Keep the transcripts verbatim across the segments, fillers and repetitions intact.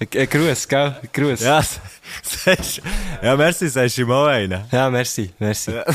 Äh, Gruß, gell? Gruß. Ja, sagst, ja, merci, sagst du mal einen. Ja, merci, merci. Ja.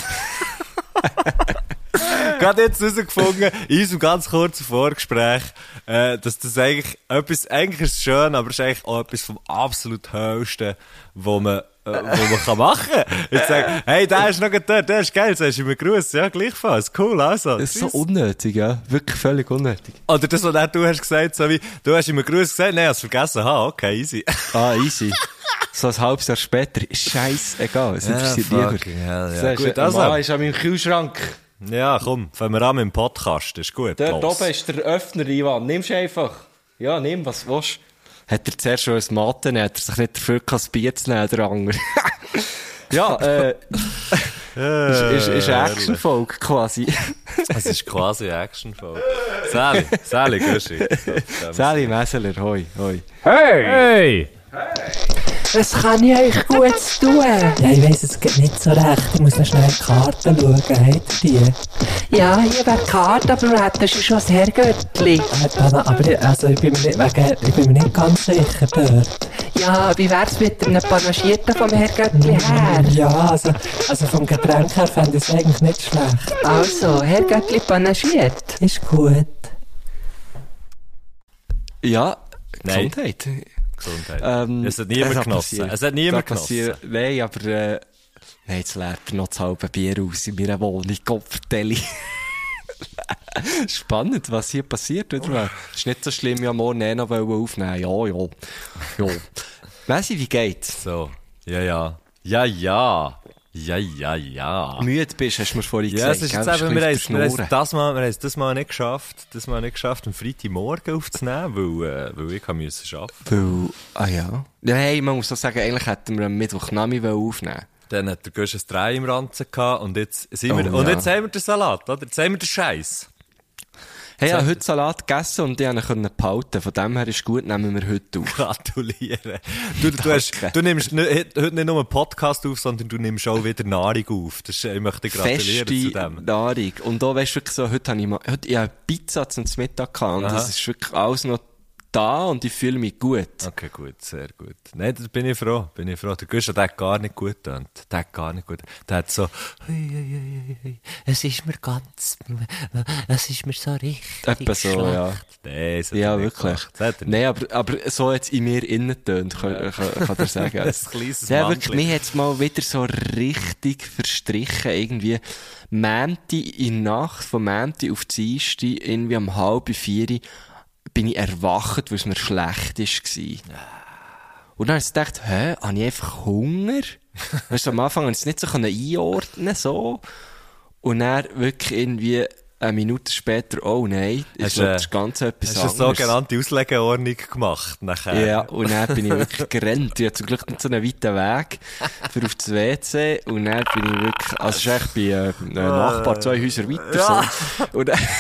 Gerade jetzt herausgefunden, in unserem ganz kurzen Vorgespräch, äh, dass das eigentlich etwas, eigentlich ist es schön, aber es ist eigentlich auch etwas vom absolut Höchsten, wo man, äh, wo man kann machen kann. Ich sage, hey, der ist noch dort, der ist geil, sagst du mir Gruß, ja, gleichfalls, cool, also. Das ist so unnötig, ja, wirklich völlig unnötig. Oder das, was du hast gesagt, so wie, du hast ihm Gruß gesagt, nein, hast vergessen, ha, okay, easy. Ah, easy. So ein halbes Jahr später, scheißegal, es interessiert ja, niemand. Ja, ja. Gut, gut, also. Mann ist an meinem Kühlschrank. Ja, komm, fangen wir an mit dem Podcast, das ist gut. Dort oben ist der Öffner, Ivan, nimmst einfach. Ja, nimm, was du willst. Hat er zuerst schon ein Matten, hat er sich nicht dafür gehabt, das Bier zu nehmen, der Anger. Ja, äh, ist, ist, ist eine Action-Folge quasi. Es ist quasi eine Action-Folge. Sally, Sally, grüß dich. Sally Messeler, hoi, hoi. Hey! Hey! Hey! Was kann ich euch Gutes tun? Ja, ich weiss, es geht nicht so recht. Ich muss noch schnell die Karten schauen. Habt ihr die? Ja, hier wäre die Karte, aber du hättest schon das Herrgöttli. Aber ich, also, ich, bin mir nicht, wegen, ich bin mir nicht ganz sicher dort. Ja, wie wär's mit einem Panagierten vom Herrgöttli her? Ja, also, also vom Getränk her fände ich es eigentlich nicht schlecht. Also, Herrgöttli panagiert. Ist gut. Ja, Nein. Gesundheit. Gesundheit. Ähm, es hat niemand genossen. Es hat niemand genossen. Nein, aber äh, nein, jetzt leert er noch das halbe Bier aus in meiner Wohnung. Kopfdeli. Spannend, was hier passiert, oder? Ist nicht so schlimm, ja morgen eh noch aufnehmen. Ja, ja. Ja. Messi, wie geht's? So. Ja, ja. Ja, ja. Ja, ja, ja. Müde bist, hast du mir vorhin ja, gesagt. Ja, es ist jetzt eben, wir haben es das Mal, wir haben es das Mal nicht geschafft, das Mal nicht geschafft, am Freitagmorgen aufzunehmen, weil, äh, weil ich musste arbeiten. Weil, ah ja. Ja, hey, man muss so sagen, eigentlich hätten wir am Mittwochnachmittag aufnehmen. Dann hat der Gusch ein Drei im Ranzen gehabt und jetzt sind wir, oh, und ja. jetzt haben wir den Salat, oder? Jetzt haben wir den Scheiß. Hey, ich habe heute Salat gegessen und ich konnte behalten. Von dem her ist gut, nehmen wir heute auf. Gratuliere. Du, du, hast, du nimmst nicht, heute nicht nur einen Podcast auf, sondern du nimmst auch wieder Nahrung auf. Das ist, ich möchte dir gratulieren Feste zu dem. Nahrung. Und da weißt du wirklich so, heute habe ich mal, heute, ich habe Pizza zum Mittag gehabt und Aha. das ist wirklich alles noch da und ich fühle mich gut. Okay, gut, sehr gut. Nein, da bin ich froh, bin ich froh. Der Gusch hat gar nicht gut getan. Der hat gar nicht gut. Der hat so, hui, hui, hui, hui. Es ist mir ganz, es ist mir so richtig Etwa so, schlecht. ja. Nee, das hat Ja, er nicht wirklich. gemacht. Nein, aber, aber so jetzt in mir innen tönt, kann, kann, kann ich sagen. Ein kleines Ja, wirklich, Mannchen. mir hat's mal wieder so richtig verstrichen, irgendwie. Mänti in der Nacht, von Mänti auf Dienstag, irgendwie um halb vier, bin ich erwacht, weil es mir schlecht war. Und dann habe ich gedacht, hä, habe ich einfach Hunger? Weißt du, am Anfang konnte ich es nicht so einordnen, so. Und dann wirklich irgendwie eine Minute später, oh nein, Hast ist du, das ganz etwas Hast du anderes. eine sogenannte Auslegeordnung gemacht nachher? Ja, und dann bin ich wirklich gerannt. Ich hatte zum Glück nicht so einen weiten Weg für auf das W C. Und dann bin ich wirklich, also es ist echt bei äh, einem Nachbar zwei Häuser weiter. Ja. So. Und dann,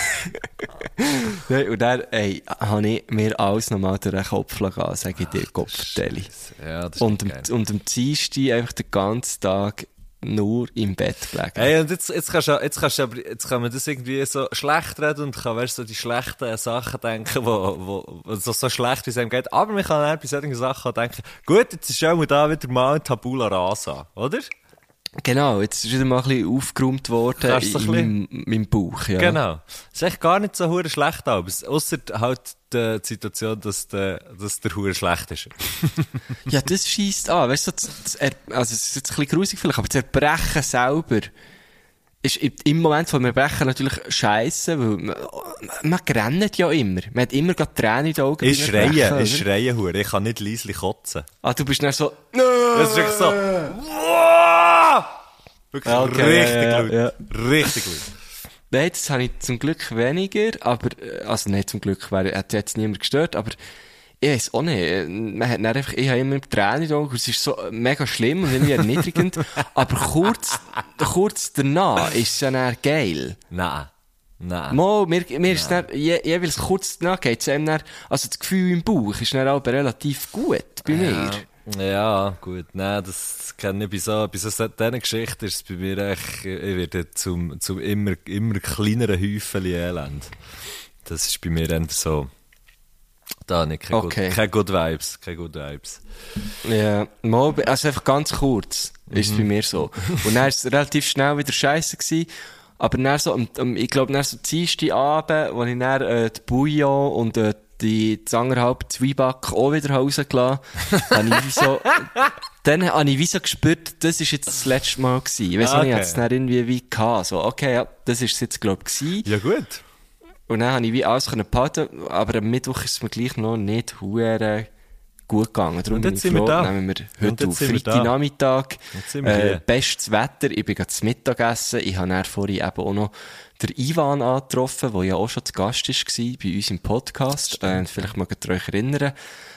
Nein, und dann, ey, habe ich mir alles nochmal durch den Kopf lassen, sage ich dir, Kopfteile. Ja, das ist Und, geil. am- und am Dienstag einfach den ganzen Tag nur im Bett gelegen. Hey, und jetzt, jetzt kannst du, jetzt kannst du aber, jetzt kann man das irgendwie so schlecht reden und kann, weißt du, so die schlechten Sachen denken, wo, wo, so, so schlecht, wie es einem geht. Aber man kann dann bei solchen Sachen auch denken, gut, jetzt ist auch mal da wieder mal ein Tabula Rasa, oder? Genau, jetzt ist wieder mal ein bisschen aufgeräumt worden Kannst du so in ein meinem, meinem Bauch, ja. Genau. Das ist echt gar nicht so hure schlecht, aber ausser halt die Situation, dass der, dass der hure schlecht ist. Ja, das scheisst an. Weißt du, das, das, er- also, es ist jetzt ein bisschen grusig vielleicht, aber das Erbrechen selber ist im- im Moment vom Erbrechen natürlich scheisse, weil man, man rennt ja immer. Man hat immer gerade Tränen in den Augen. Ich beim schreie, Erbrechen, ich oder? schreie hure. Ich kann nicht leislich kotzen. Ah, du bist dann so, Das ist wirklich so, wow! Wirklich Ja, okay, richtig ja, ja, laut. ja. Richtig laut. nein, das habe ich zum Glück weniger, aber, äh, also nicht zum Glück, weil, hat jetzt niemand gestört, aber, ich weiss auch nicht, äh, man hat dann einfach, ich habe immer Tränen in den Augen, es ist so mega schlimm und irgendwie erniedrigend, aber kurz, kurz danach ist es ja dann geil. Nein. Nein. Mo, mir, mir ist dann, je, jeweils kurz danach geht's einem dann, also das Gefühl im Bauch ist dann aber relativ gut bei mir. Ja, gut. Nein, das kenne ich bei so, bei so diesen Geschichten ist es bei mir echt, ich werde zum, zum immer, immer kleineren Häufchen Elend. Das ist bei mir eher so, Da nicht, keine, Okay. good, keine good Vibes, keine good Vibes. Ja, mal, also einfach ganz kurz ist es bei mir so. Und dann ist es relativ schnell wieder scheisse gewesen. Aber dann so, um, um, ich glaube, dann so Dienstag Abend, wo ich dann, äh, die Bouillon und, äh, die, die anderthalb Zwieback auch wieder rausgelassen habe, ich wie so, dann habe ich wie so gespürt, das ist jetzt das letzte Mal gewesen. Ich weiss Ah, nicht, ich okay. hatte es dann irgendwie wie gehabt. So, okay, ja, das ist es jetzt, glaube ich, gewesen. Ja, gut. Und dann habe ich wie alles können behalten, aber am Mittwoch ist es mir gleich noch nicht hure gut gegangen. Darum Und bin jetzt ich sind wir froh, da. nehmen wir Und heute jetzt auf sind wir da. Freitagnachmittag. Jetzt sind wir Äh, hier. bestes Wetter, ich bin gerade zum Mittagessen. Ich habe dann vorhin eben auch noch den Ivan angetroffen, der ja auch schon zu Gast war bei uns im Podcast. Äh, vielleicht mögt ihr euch erinnern.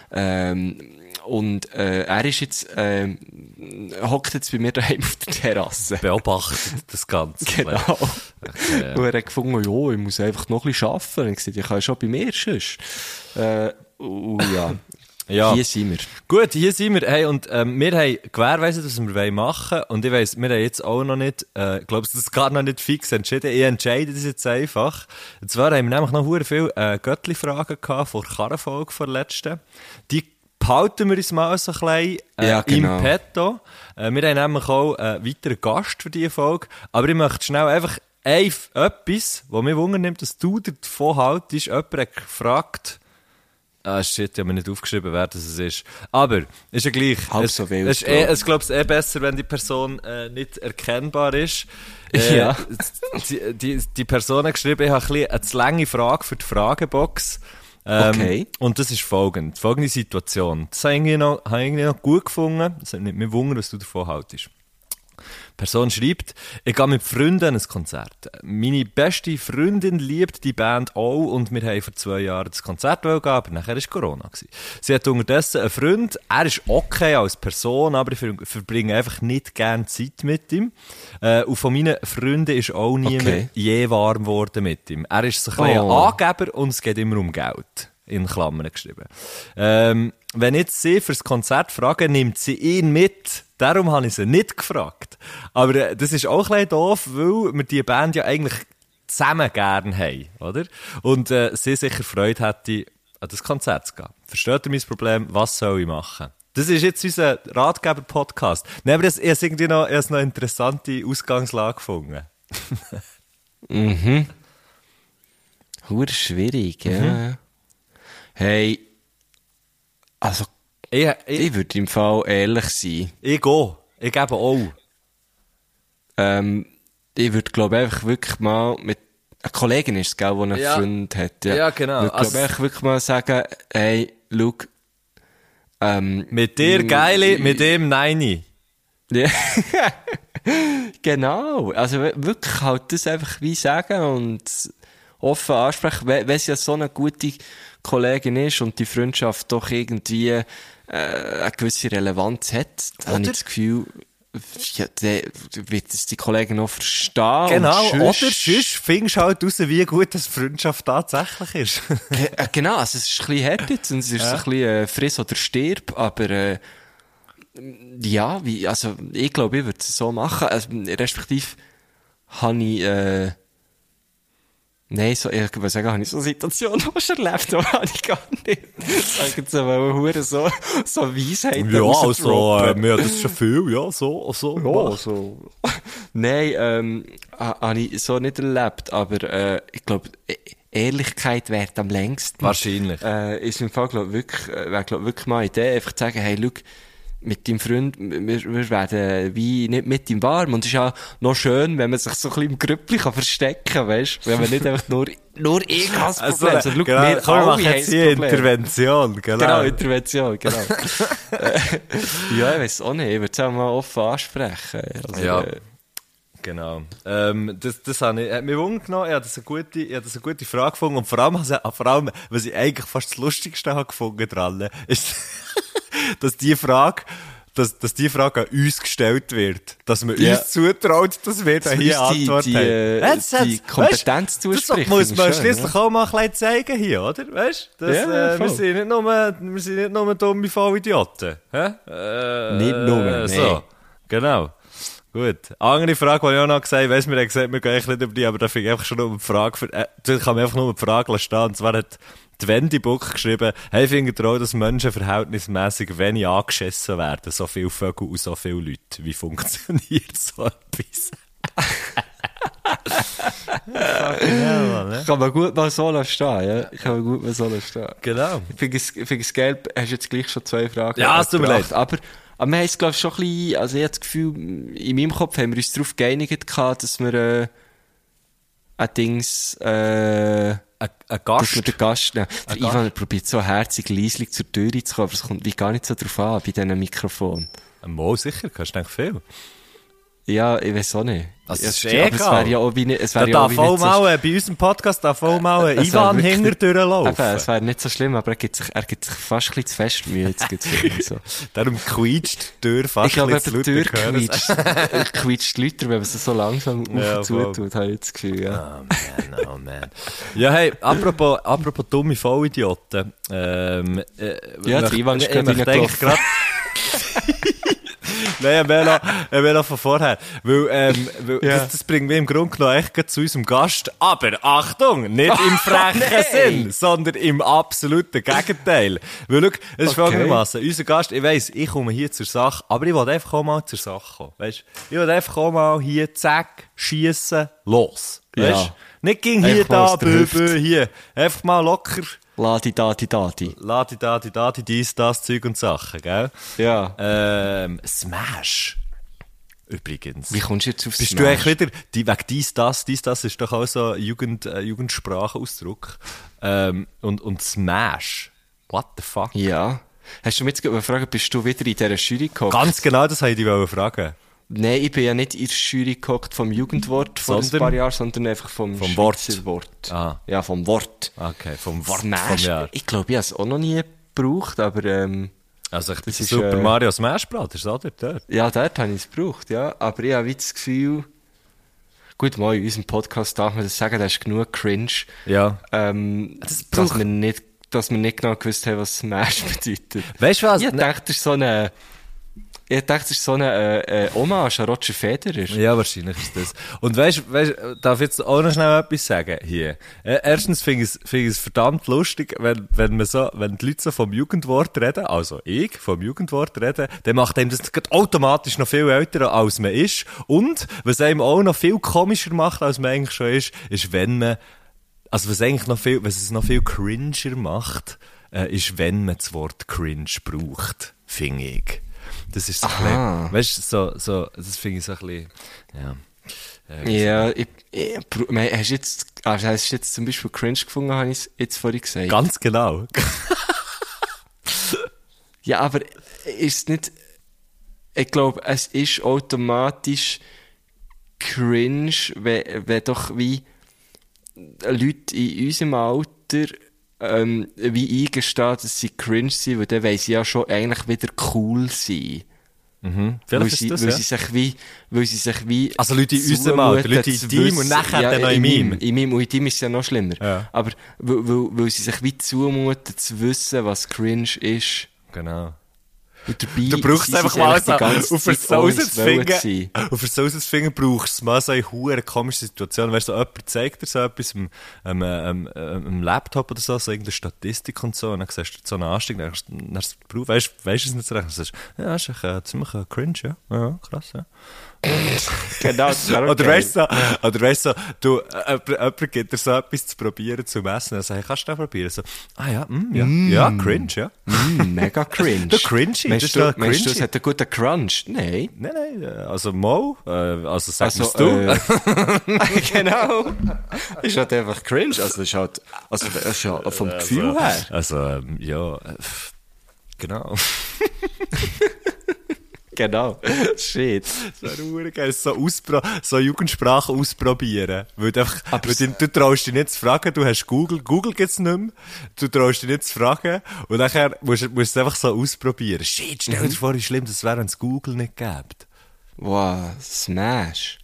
Ähm, und äh, er ist jetzt, ähm, hockt jetzt bei mir daheim auf der Terrasse. Beobachtet das Ganze. Genau. Okay. Und er hat gefunden, ja, ich muss einfach noch ein bisschen arbeiten. Und ich gesagt, ich kann schon bei mir sonst. Äh, und ja. Ja. Hier sind wir. Gut, hier sind wir. Hey, und ähm, wir haben gewährleistet, was wir machen wollen. Und ich weiss, wir haben jetzt auch noch nicht, äh, glaubst du, das ist gar noch nicht fix entschieden. Ich entscheide das jetzt einfach. Und zwar haben wir nämlich noch sehr viele äh, Göttli-Fragen gehabt vor der Karrenfolge, vor der letzten. Die behalten wir uns mal so ein bisschen äh, Ja, genau. im Petto. Äh, wir haben nämlich auch einen äh, weiteren Gast für diese Folge. Aber ich möchte schnell einfach ein, etwas, was mich wundernimmt, dass du davon haltest. Jemand hat gefragt, ah, shit, ich habe mir nicht aufgeschrieben, wer das ist. Aber, ist ja gleich. Halb es, so wild, es ist eh, es glaube ich eh besser, wenn die Person äh, nicht erkennbar ist. Äh, Ja. Die, die, die Person hat geschrieben, ich habe ein bisschen eine zu lange Frage für die Fragebox. Ähm, Okay. Und das ist folgend, folgende Situation. Das habe ich irgendwie noch, habe ich irgendwie noch gut gefunden. Es hat nicht mehr wundern, was du davon haltest. Die Person schreibt, ich gehe mit Freunden an ein Konzert. Meine beste Freundin liebt die Band auch und wir haben vor zwei Jahren das Konzert gehen, aber nachher war Corona gewesen. Sie hat unterdessen einen Freund, er ist okay als Person, aber ich ver- verbringe einfach nicht gerne Zeit mit ihm. Äh, und von meinen Freunden ist auch niemand Okay. je warm geworden mit ihm. Er ist so ein bisschen Oh. ein Angeber und es geht immer um Geld. In Klammern geschrieben. Ähm, wenn jetzt sie fürs Konzert fragen, nimmt sie ihn mit. Darum habe ich sie nicht gefragt. Aber äh, das ist auch ein bisschen doof, weil wir die Band ja eigentlich zusammen gern haben, oder? Und äh, sie sicher Freude hätte, an das Konzert zu gehen. Versteht ihr mein Problem? Was soll ich machen? Das ist jetzt unser Ratgeber-Podcast. Nein, aber das, ich habe irgendwie noch, ich habe noch eine interessante Ausgangslage gefunden. Mhm. Hure schwierig, ja. Mhm. Hey, also, Ich, ich, ich würde im Fall ehrlich sein. ich gehe. Ich gebe auch. Ähm, ich würde, glaube ich, einfach wirklich mal mit, eine Kollegin ist es, gell, die einen Ja. Freund hat. Ja, Ja, genau. Ich würde, Also- glaube ich, wirklich mal sagen, hey, schau, ähm, Mit dir geile, mit dem neini. ja. Genau. Also we- wirklich halt das einfach wie sagen und offen ansprechen, we- wenn es ja so eine gute Kollegin ist und die Freundschaft doch irgendwie äh, eine gewisse Relevanz hat, dann habe ich das Gefühl, ja, der wird es die Kollegin auch verstehen. Genau, und oder sonst- sonst findest du halt raus, wie gut das Freundschaft tatsächlich ist. Ge- äh, Genau, also es ist ein bisschen hart jetzt und es ist Ja. so ein bisschen äh, friss oder stirb, aber äh, ja, wie, also ich glaube, ich würde es so machen, also, respektive habe ich äh, nein, so, ich würde sagen, habe ich so eine Situation auch schon erlebt, aber habe ich gar nicht. Sag jetzt aber hure so, so Weisheiten rausdroppen. ja, das ist schon viel, ja, so, so. Ja, so. Nein, ähm, ha- habe ich so nicht erlebt, aber äh, ich glaube, E- Ehrlichkeit währt am längsten. Wahrscheinlich. Äh, ist im Fall, glaube wirklich, äh, wäre, glaub, wirklich mal eine Idee, einfach zu sagen, hey, schau, mit deinem Freund, wir, wir werden wie nicht mit ihm warm. Und es ist ja noch schön, wenn man sich so ein bisschen im Grüppli kann verstecken kann, weißt du? Wenn man nicht einfach nur, nur ich habe das Also, Problem, sondern schau, genau, wir komm, wir alle machen haben jetzt das hier Problem. Intervention, genau. Genau, Intervention, genau. Äh, ja, ich weiss auch nicht, ich würde es auch mal offen ansprechen. Also, Ja. äh, Genau. Ähm, das, das habe ich, hat mich wundgenommen. Ich habe das eine gute, ich habe das eine gute Frage gefunden. Und vor allem, also, vor allem, was ich eigentlich fast das Lustigste habe gefunden dran, ist, dass die Frage, dass, dass die Frage an uns gestellt wird. Dass man Ja. uns zutraut, dass wir da Dass hier uns die- Antwort die, haben. äh, Jetzt die hat's- Kompetenz weisst, zusprechen, Das muss finde man ich schön, schliesslich auch mal ein bisschen zeigen hier, oder? Weißt du? Dass, Ja, äh, wir voll. sind nicht nur, wir sind nicht nur dumme Vollidioten. Hä? Äh, Nicht nur, so. nee. Genau. Gut. Andere Frage, die ich auch noch gesagt habe, weiss, wir haben gesagt, wir gehen eigentlich nicht über die, aber da finde ich einfach schon nur eine Frage für, äh, da kann man einfach nur eine Frage lassen stehen. Und zwar hat die Wendy Book geschrieben, hey, findet ihr auch, dass Menschen verhältnismäßig wenig angeschissen werden? So viele Vögel und so viele Leute. Wie funktioniert so etwas? Ja, ne? Kann man gut mal so stehen, ja? Kann man gut mal so stehen. Genau. Ich finde es, find es geil, hast du jetzt gleich schon zwei Fragen Ja, es tut mir gebracht. leid. Aber, aber wir haben es, glaube ich, schon ein bisschen, also ich habe das Gefühl, in meinem Kopf haben wir uns darauf geeinigt gehabt, dass wir, äh, ein Dings, äh, Ein, ein dass Gast. wir den Gast nehmen. Der Ein Ivan probiert so herzig, leislich zur Tür zu kommen, aber es kommt wie gar nicht so drauf an, bei diesem Mikrofon. Mo, sicher, kannst du nicht viel. Ja, ich weiß auch nicht. Also, Ja, es ist aber eh es egal. wäre ja auch wie nicht, es Da wäre ja auch darf wie auch nicht so mal, äh, bei unserem Podcast darf auch mal ein Es wär Ivan wirklich- hinter Eben, durchlaufen. es wäre nicht so schlimm, aber er gibt sich, er gibt sich fast ein bisschen zu fest Mühe, jetzt gibt's irgendwie so. Darum quietscht die Tür fast Ich glaube, ein bisschen eben, zu die laut, Tür wir hören es. quietscht, quietscht die Leute, wenn man sie so langsam auf Ja, und voll. zutut, habe ich das Gefühl, ja. Oh man, oh man. Ja, hey, apropos, apropos dumme Vollidioten. Ähm, äh, Ja, möcht- der Ivan ist ich gerade möchte eigentlich reingelaufen. grad- Nein, ich will noch, ich will noch von vorher. Weil, ähm, weil Ja. das, das bringt mich im Grunde genommen echt gerade zu unserem Gast. Aber Achtung, nicht im frechen nein. Sinn, sondern im absoluten Gegenteil. Weil, schau, es ist Okay. folgendermaßen. Unser Gast, ich weiss, ich komme hier zur Sache, aber ich will einfach auch mal zur Sache kommen. Weißt? Ich will einfach auch mal hier, zack, schiessen, los. Weißt? Ja. Nicht ging hier, Einfach mal da, aus der bö, Hüfte. bö, hier. Einfach mal locker. Ladi, dadi, dadi. Ladi, dadi, dadi, dies, das, Zeug und Sachen, gell? Ja. Ähm, Smash. Übrigens. Wie kommst du jetzt aufs Bist Smash? du eigentlich wieder, die, wegen dies, das, dies, das ist doch auch so ein Jugend, äh, Jugendsprachausdruck. Ähm, und, und Smash. What the fuck? Ja. Hast du mich jetzt gerade gefragt, bist du wieder in dieser Jury gehockt? Ganz genau, das wollte ich dich fragen. Nein, ich bin ja nicht in der Jury gehockt vom Jugendwort vor ein Sondern? paar Jahren, sondern einfach vom, Vom Schweizer Wort. Ah. Ja, vom Wort. Okay, vom Wort vom Smash. Jahr. Ich glaube, ich habe es auch noch nie gebraucht, aber, ähm, Also, ich bin Das ist, Super äh, Mario Smash Brothers, oder? Dort. ja, dort habe ich es gebraucht, ja. Aber ich habe wie das Gefühl, gut, mal in unserem Podcast darf man das sagen, da ist genug cringe, Ja. ähm, Das dass braucht- wir nicht, dass wir nicht genau gewusst haben, was Smash bedeutet. Weißt du was? Ich dachte, das ist so eine, ich dachte, das ist so eine, äh, äh, Hommage an Roger Federer. Ja, wahrscheinlich ist das. Und weißt du, darf ich jetzt auch noch schnell etwas sagen hier? Äh, Erstens finde ich es, finde ich es verdammt lustig, wenn, wenn man so, wenn die Leute so vom Jugendwort reden, also ich vom Jugendwort reden, dann macht einem das grad automatisch noch viel älter, als man ist. Und, was einem auch noch viel komischer macht, als man eigentlich schon ist, ist, wenn man, also was eigentlich noch viel, was es noch viel cringer macht, äh, ist, wenn man das Wort cringe braucht, finde ich. Das ist so ein Aha. bisschen, weißt du, so, so, das finde ich so ein bisschen, ja. Äh, Ja, ich, ich, br- mein, hast du jetzt, also hast du jetzt zum Beispiel cringe gefunden, habe ich es jetzt vorhin gesagt? Ganz genau. Ja, aber ist es nicht, ich glaube, es ist automatisch cringe, wenn, wenn doch wie Leute in unserem Alter ähm, wie eingestehen, dass sie cringe sind, weil dann wollen sie ja schon eigentlich wieder cool sein. Mhm. Weil Vielleicht sie, ist das, weil ja. sie sich wie, weil sie sich wie, Also Leute in unserem Alter, Leute in zumuten deinem zu und nachher dann noch in in meinem. In meinem und in deinem ist es ja noch schlimmer. Ja. Aber weil, weil, weil sie sich wie zumuten zu wissen, was cringe ist. Genau. Und dabei Du brauchst sind einfach sie mal eigentlich so, die ganze auf Zeit ohne es wollen Versausensfinger, sein. auf Versausensfinger brauchst du mal so eine hure komische Situation, weißt du, so jemand zeigt dir so etwas am, am, am, am, am Laptop oder so, so irgendeine Statistik und so, und dann siehst du so einen Anstieg, dann hast du, dann hast du, weißt, weißt, weißt du es nicht so recht, dann sagst du, ja, das ist echt, äh, ziemlich äh, cringe, ja, ja, krass, ja. Genau, das wäre Oder okay. weißt du, so, oder weißt du, so, du, äh, jemand, jemand gibt dir so etwas zu probieren, zum Essen, dann sagst du, kannst du das probieren? So, ah ja, mm, ja, ja, cringe, ja. Mm, mega cringe. Du cringy, Meinst das ist du, doch meinst du, cringy. es hat einen guten Crunch? Nein. Nein, nein, äh, also Mo, äh, also sag Also, mir's du. äh, genau. Ist halt einfach cringe. Also, ist halt, also, das ist ja vom Gefühl her. Also, ähm, ja, äh, pff, genau. Genau. Shit. Das wäre verdammt geil, so, auspro so Jugendsprache ausprobieren. Weil du, einfach, Aber weil du, du traust dich nicht zu fragen, du hast Google, Google gibt's nicht mehr, du traust dich nicht zu fragen, und nachher musst, musst du es einfach so ausprobieren. Shit, stell dir vor, wie schlimm das wäre, wenn es Google nicht gäbe. Wow, Smash.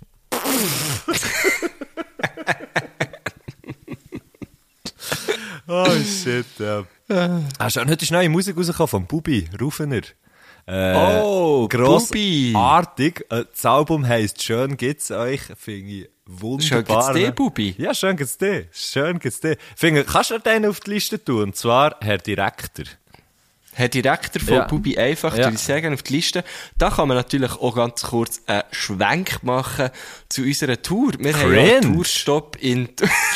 Oh shit, ja. Hast du, heute ist neue Musik rausgekommen von Bubi, Rufener. Äh, Oh, Bubi. grossartig. Äh, Das Album heisst «Schön gibt's euch», finde ich wunderbar. Schön gibt's dich, Bubi. Ja, schön gibt's dich. Schön gibt's dich. Finde, kannst du den auf die Liste tun? Und zwar Herr Direktor. Herr Direktor von Ja. Bubi einfach, Ja. ja. ich sehr gerne auf die Liste. Da kann man natürlich auch ganz kurz einen Schwenk machen zu unserer Tour. Wir haben ja einen Cringe. Tourstopp in...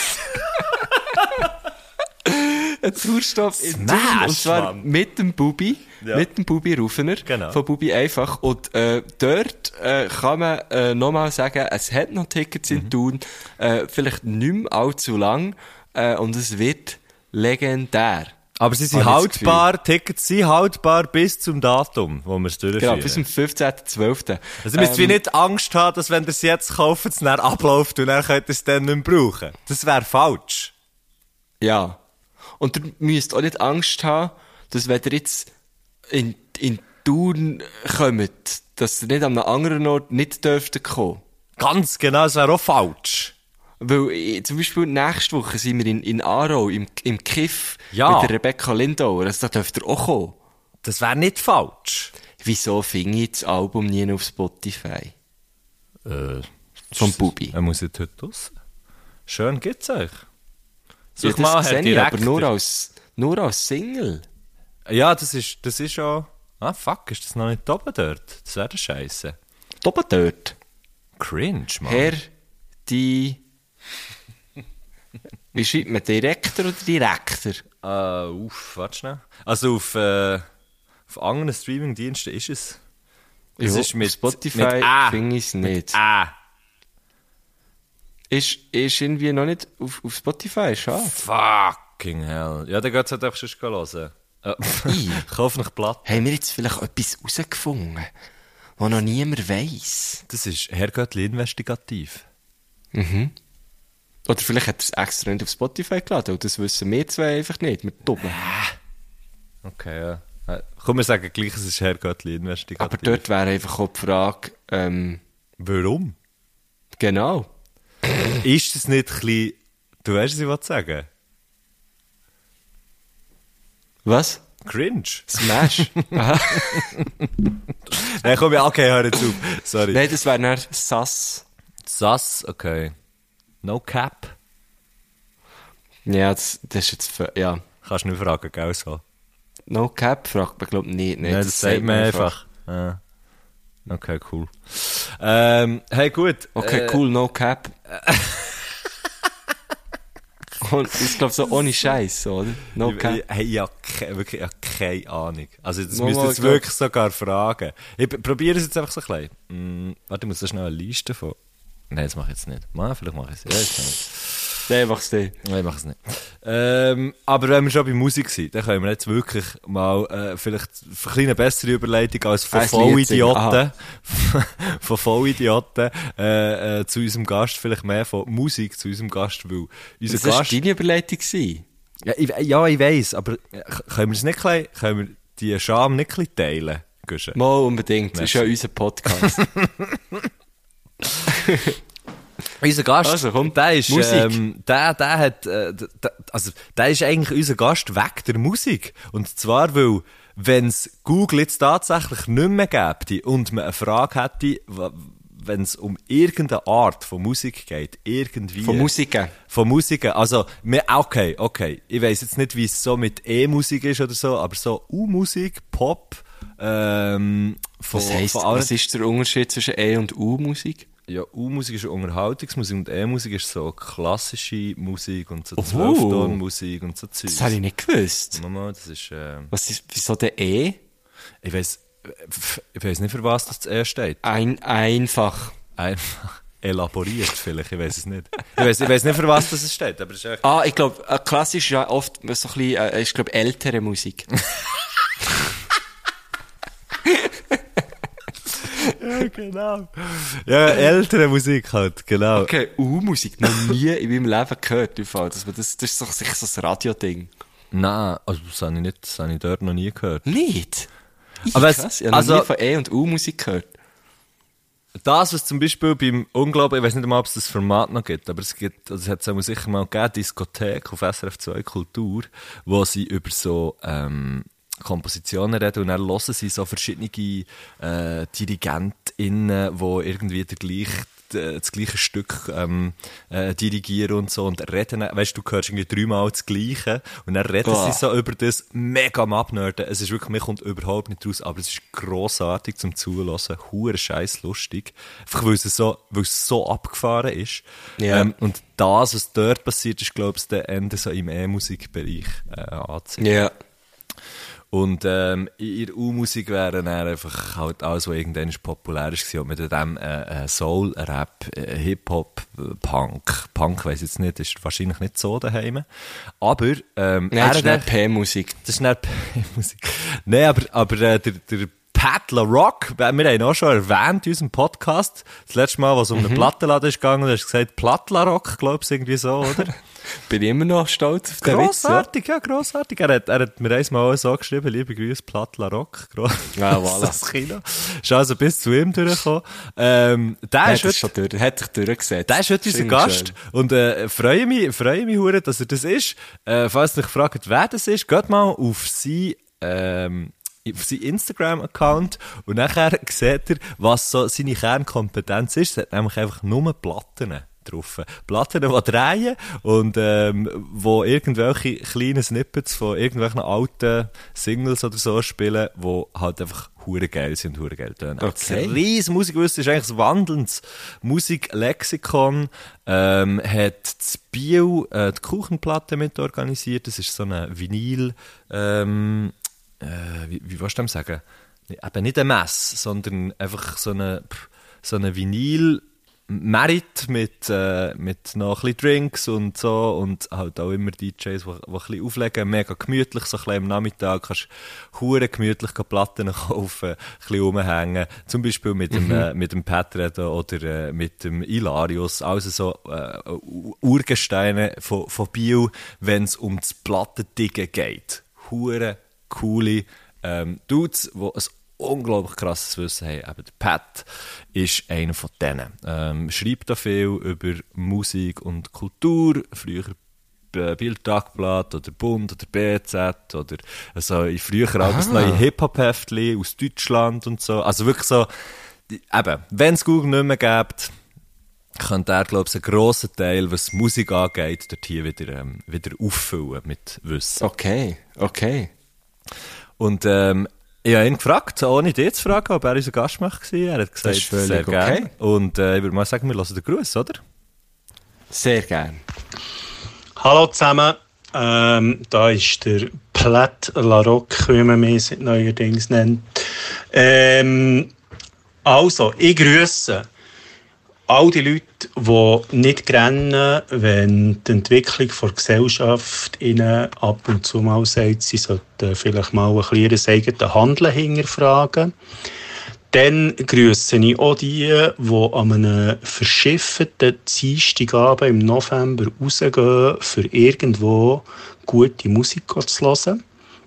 Ein Tourstopp in Smash, Thun, und zwar Mann. mit dem Bubi, Ja. mit dem Bubi Rufener, Genau. von Bubi einfach. Und äh, dort äh, kann man äh, nochmal sagen, es hat noch Tickets Mhm. in Thun, äh, vielleicht nicht mehr allzu lang, äh, und es wird legendär. Aber sie sind Habe ich das haltbar, Tickets sind haltbar bis zum Datum, wo wir es durchführen. Genau, bis zum fünfzehnten zwölften Also, ihr müsst wie nicht Angst haben, dass wenn ihr es jetzt kauft, es dann abläuft und dann könnt ihr es dann nicht mehr brauchen. Das wäre falsch. Ja. Und ihr müsst auch nicht Angst haben, dass wenn ihr jetzt in, in Thun kommt, dass ihr nicht an einem anderen Ort nicht dürft kommen. Ganz genau, das wäre auch falsch. Weil, äh, zum Beispiel nächste Woche sind wir in, in Aarau, im, im Kiff, Ja. mit der Rebecca Lindauer. Also, da dürft ihr auch kommen. Das wäre nicht falsch. Wieso finde ich das Album nie auf Spotify? Äh, Vom Bubi. Er muss jetzt heute raus. Schön gibt's euch. Ja, Such mal, das Herr sehe ich, aber Direktor. nur als, nur als Single. Ja, das ist, das ist schon... Ah, fuck, ist das noch nicht oben dort? Das wäre Scheiße. Oben dort. Cringe, Mann. Herr, die... Wie schreibt man? Direktor oder Direktor? Äh, uff, warte schnell. Also auf, äh, auf anderen Streaming-Diensten ist es. Es Ja, ist mit auf Spotify mit A. finde ich es nicht. Ah, Ist, ist irgendwie noch nicht auf, auf Spotify, schade. fucking hell. Ja, dann geht's halt einfach schon hören. Äh, kauf noch Platte. Haben wir jetzt vielleicht etwas herausgefunden, was noch niemand weiss? Das ist Herrgöttli investigativ. Oder vielleicht hat er es extra nicht auf Spotify geladen, und das wissen wir zwei einfach nicht. Wir dumm. Okay, ja. Äh, Komm, wir sagen gleich, es ist Herrgöttli investigativ. Aber dort wäre einfach auch die Frage, ähm, Warum? genau. Ist das nicht ein bisschen... Du weißt, was ich will sagen? Was? Cringe. Smash? Aha. Nein, komm, ja, okay, hör jetzt auf. Sorry. Nein, das wäre dann Sass. Sass, okay. No cap. Ja, das, das ist jetzt, für, ja. Kannst du nicht fragen, gell, so? No Cap fragt man, glaube ich, nicht. Nee, Nein, das, sagt man einfach. Ah. Okay, cool. Ähm, hey, gut. Okay, Äh, cool, no Cap. Und ich glaube so ohne Scheiß, oder? No Ich, Cap. ich, hey, ich habe ke- wirklich ich habe keine Ahnung. Also, das Mal, müsst ihr mal, jetzt glaub- wirklich sogar fragen. Ich p- probiere es jetzt einfach so ein bisschen. Hm, warte, ich muss da schnell eine Liste von... Nein, das mache ich jetzt nicht. Mal, vielleicht mache ich es. Ja, jetzt kann ich. Nein, mach's nicht. Nein, ich mache es nicht. Ähm, aber wenn wir schon bei Musik sind, dann können wir jetzt wirklich mal äh, vielleicht eine kleine bessere Überleitung als von Ein Lied Vollidioten, von Vollidioten äh, äh, zu unserem Gast, vielleicht mehr von Musik zu unserem Gast, weil unser Das war Gast... deine Überleitung gewesen. Ja, ich, ja, ich weiss, aber äh, können wir es nicht klein, können wir die Scham nicht klein teilen, Guschen? Mal unbedingt. Das ist ja unser Podcast. Unser Gast, Also, komm, der ist, Musik. ähm, der, der hat, äh, der, also, der ist eigentlich unser Gast weg der Musik. Und zwar, weil, wenn es Google jetzt tatsächlich nicht mehr gäbe und man eine Frage hätte, wenn es um irgendeine Art von Musik geht, irgendwie. Von Musiken. Von Musiken. Also, wir, okay, okay. Ich weiss jetzt nicht, wie es so mit E-Musik ist oder so, aber so U-Musik, Pop, ähm, von, Was heisst, von allen- was ist der Unterschied zwischen E- und U-Musik? Ja, U-Musik ist Unterhaltungsmusik und E-Musik ist so klassische Musik und so Oh. Zwölftonmusik und so Zeugs. Das habe ich nicht gewusst. Mama, das ist, äh, Was ist, wieso der E? ich weiss, ich weiss nicht, für was das E steht. Ein, einfach. Einfach elaboriert vielleicht, ich weiss es nicht. Ich weiss, ich weiss nicht, für was das steht, aber es ist echt... Ah, ich glaube, äh, klassisch ist ja oft so ein bisschen, äh, ich glaube, ältere Musik. Ja, genau. Ja, ältere Musik halt, genau. Okay, U-Musik, noch nie in meinem Leben gehört, im Fall. Das, das, das ist doch sicher so ein Radio-Ding. Nein, also das habe ich nicht, das habe ich dort noch nie gehört. Nicht? Ich, Aber es- krass, ich habe also- noch nie von E- und U-Musik gehört. Das, was zum Beispiel beim Unglaublich, ich weiß nicht mal, ob es das Format noch gibt, aber es gibt, also es hat es sicher mal gegeben, Diskothek auf S R F zwei Kultur, wo sie über so, ähm, Kompositionen reden und dann hören sie so verschiedene äh, DirigentInnen, die irgendwie der gleiche, das gleiche Stück ähm, äh, dirigieren und so und reden, weißt du, du hörst irgendwie dreimal das Gleiche und dann reden oh. sie so über das mega am Abnörden. Es ist wirklich, mir kommt überhaupt nicht raus, aber es ist grossartig zum Zuhören, hure scheiß lustig. Einfach weil es so, weil es so abgefahren ist. Yeah. Ähm, und das, was dort passiert ist, glaube ich, der Ende so im E-Musikbereich äh, anzusehen. Ja. Yeah. Und ähm, in ihrer U-Musik wäre dann einfach halt alles, was irgendwann populär ist, und mit dem äh, Soul, Rap, äh, Hip-Hop, Punk. Punk weiss ich jetzt nicht, ist wahrscheinlich nicht so daheim. Aber ähm, Nein, das ist nicht P-Musik. Das ist nicht P-Musik. Nein, aber, aber äh, der, der Pat LaRock, wir haben ihn auch schon erwähnt in unserem Podcast. Das letzte Mal, was um mhm. einen Plattenladen ist gegangen, da hast du gesagt, Pat LaRock, glaubst du, irgendwie so, oder? Bin ich immer noch stolz auf den grossartig, Witz, ja? ja, grossartig. Er hat, er hat mir einmal so geschrieben, liebe Grüße, Pat LaRock. Ja, voilà. Das Kino. Ist also bis zu ihm durchgekommen. Ähm, der hat ist heute, schon durch, hat sich durchgesetzt. Der ist heute unser Gast. Schön. Und, äh, freue mich, freue mich, hure, dass er das ist. Äh, falls ihr euch fragt, wer das ist, geht mal auf sein, ähm, auf seinen Instagram-Account und nachher seht ihr, was so seine Kernkompetenz ist. Es hat nämlich einfach nur Platten drauf. Platten, die drehen und ähm, wo irgendwelche kleinen Snippets von irgendwelchen alten Singles oder so spielen, die halt einfach hure geil sind, hure geil tönen. Okay. Das riesen Musikwissen ist eigentlich ein wandelndes Musiklexikon. Ähm, hat das Biel äh, die Kuchenplatte mit organisiert. Das ist so eine Vinyl, ähm, äh, wie, wie willst du das sagen? Eben nicht eine Messe, sondern einfach so eine, so eine Vinyl Merit mit, äh, mit noch ein bisschen Drinks und so und halt auch immer D Js, die, die ein bisschen auflegen, mega gemütlich, so ein bisschen am Nachmittag kannst du hure gemütlich Platten kaufen, ein bisschen rumhängen, zum Beispiel mit dem, mhm. äh, mit dem Pat reden oder äh, mit dem Ilarius, also so äh, Urgesteine von, von Biel, wenn es um das Plattendiggen geht. Hure coole ähm, Dudes, die ein unglaublich krasses Wissen haben. Eben der Pat ist einer von denen. Ähm, schreibt da viel über Musik und Kultur, früher Bild-Tagblatt oder Bund oder B Z oder also früher auch das neue Hip-Hop-Heftli aus Deutschland und so. Also wirklich so, eben, wenn es Google nicht mehr gibt, könnte er, glaube ich, einen grossen Teil, was Musik angeht, dort hier wieder, ähm, wieder auffüllen mit Wissen. Okay, okay. Und ähm, ich habe ihn gefragt, ohne dich zu fragen, ob er unser Gast möchte. Er hat gesagt, sehr gerne. Okay. Und äh, ich würde mal sagen, wir hören den Gruß, oder? Sehr gerne. Hallo zusammen, ähm, da ist der Pat LaRock, wie man mich neuerdings nennt. Ähm, also, ich grüße all die Leute, die nicht rennen, wenn die Entwicklung der Gesellschaft ihnen ab und zu mal sagt, sie sollten vielleicht mal ein bisschen ihr eigenes Handeln hinterfragen. Dann grüsse ich auch die, die an einem verschifften Dienstagabend im November rausgehen, für irgendwo gute Musik zu hören.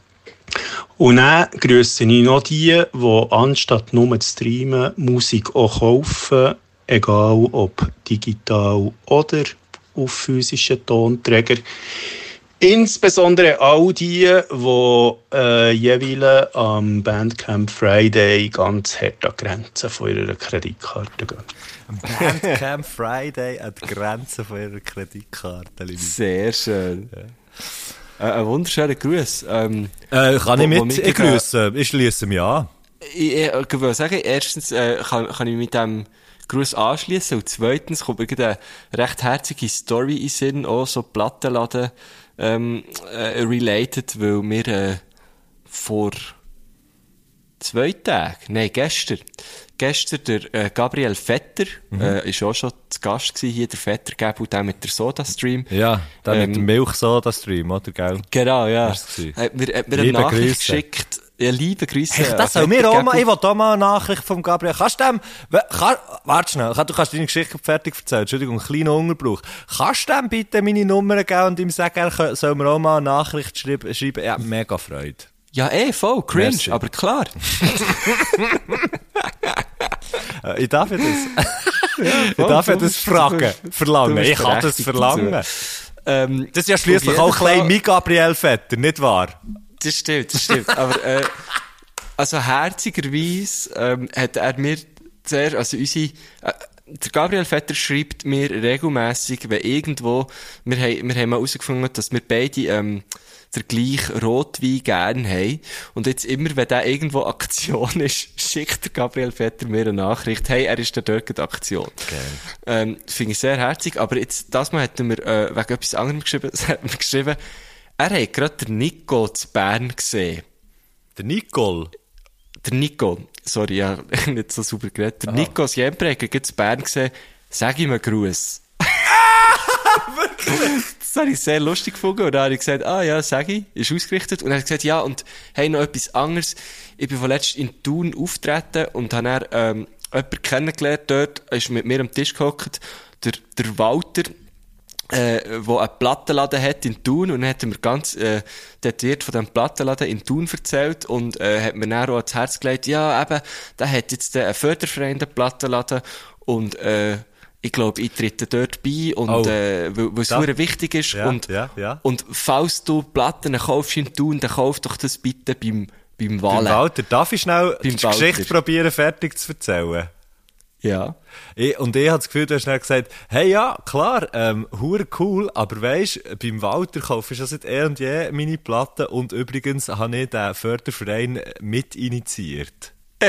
Und dann grüsse ich noch die, die anstatt nur zu streamen, Musik auch kaufen, egal ob digital oder auf physischen Tonträger. Insbesondere all die, die äh, jeweils am Bandcamp Friday ganz hart an die Grenzen von ihrer Kreditkarte gehen. Am Bandcamp Friday an die Grenzen von ihrer Kreditkarte. Sehr schön. Ja. Äh, ein wunderschöner Gruß. Ähm, äh, kann ich mit ich grüßen? Ich schließe mich an. Ich, ich, ich will sagen, erstens äh, kann, kann ich mit dem Gruß anschließen und zweitens kommt irgendeine recht herzige Story in Sinn, auch so Plattenladen ähm, äh, related, weil wir äh, vor zwei Tagen, nein, gestern, gestern der äh, Gabriel Vetter, mhm. äh, ist auch schon zu Gast gewesen, hier der Vetter Gab und der mit der Soda-Stream. Ja, der ähm, mit dem Milch-Soda-Stream, oder, gell? Genau, ja. Hat mir, hat mir eine Nachricht Grüße. geschickt. Ja, liebe Grüße. Hey, das soll mir auch mal, ich will auch mal eine Nachricht vom Gabriel. Kannst du dem, kann, warte schnell, du kannst deine Geschichte fertig erzählen, Entschuldigung, ein kleiner Unterbruch. Kannst du dem bitte meine Nummer geben und ihm sagen, er soll mir auch mal eine Nachricht schreiben? schreiben? Ja, mega Freude. Ja, eh, voll, cringe, Merci. Aber klar. Ich darf ja das, ja, voll, ich darf ja das fragen, verlangen. Ich kann das verlangen. Ähm, das ist ja schliesslich auch klein mein Gabriel Vetter, nicht wahr? Das stimmt, das stimmt. Aber, äh, also herzigerweise, ähm, hat er mir zuerst, also unsere, äh, der Gabriel Vetter schreibt mir regelmässig, wenn irgendwo, wir haben, wir haben mal herausgefunden, dass wir beide, ähm, der gleiche Rotwein gerne haben. Und jetzt immer, wenn der irgendwo Aktion ist, schickt der Gabriel Vetter mir eine Nachricht, hey, er ist da dort in Aktion. Okay. Ähm, finde ich sehr herzig. Aber jetzt, das Mal hat er mir, äh, wegen etwas anderem geschrieben, hat mir geschrieben, er hat gerade den Nico zu Bern gesehen. Der Nicole? Der Nico, sorry, ja, nicht so super geredet. Der ah. Nico aus Jempräger hat zu Bern gesehen, sag ihm einen Gruß. Das habe ich sehr lustig gefunden. Und dann habe ich gesagt, ah ja, sag ich, ist ausgerichtet. Und er hat gesagt, ja, und hey, noch etwas anderes. Ich bin vorletzt in Thun auftreten und habe dann, ähm, jemanden kennengelernt dort, ist mit mir am Tisch gehockt, der, der Walter, äh, wo einen Plattenladen hat in Thun, und dann hat er mir ganz, äh, detailliert von diesem Plattenladen in Thun erzählt und, äh, hat mir dann auch ans Herz gelegt, ja, eben, der hat jetzt einen Förderverein, den Plattenladen, und, äh, ich glaube, ich trete dort bei, und, oh. äh, weil, weil es sehr wichtig ist. Ja, und, ja, ja. und falls du Platten kaufst in Thun, dann kauf doch das bitte beim, beim Wahlen. Beim Walter, darf ich schnell die Walter. Geschichte probieren, fertig zu erzählen? Ja. Ich, und ich habe das Gefühl, du hast schnell gesagt, hey, ja, klar, ähm, hure cool, aber weisst, beim Walter kaufe ich schon seit eh und je meine Platten, und übrigens habe ich den Förderverein mit initiiert.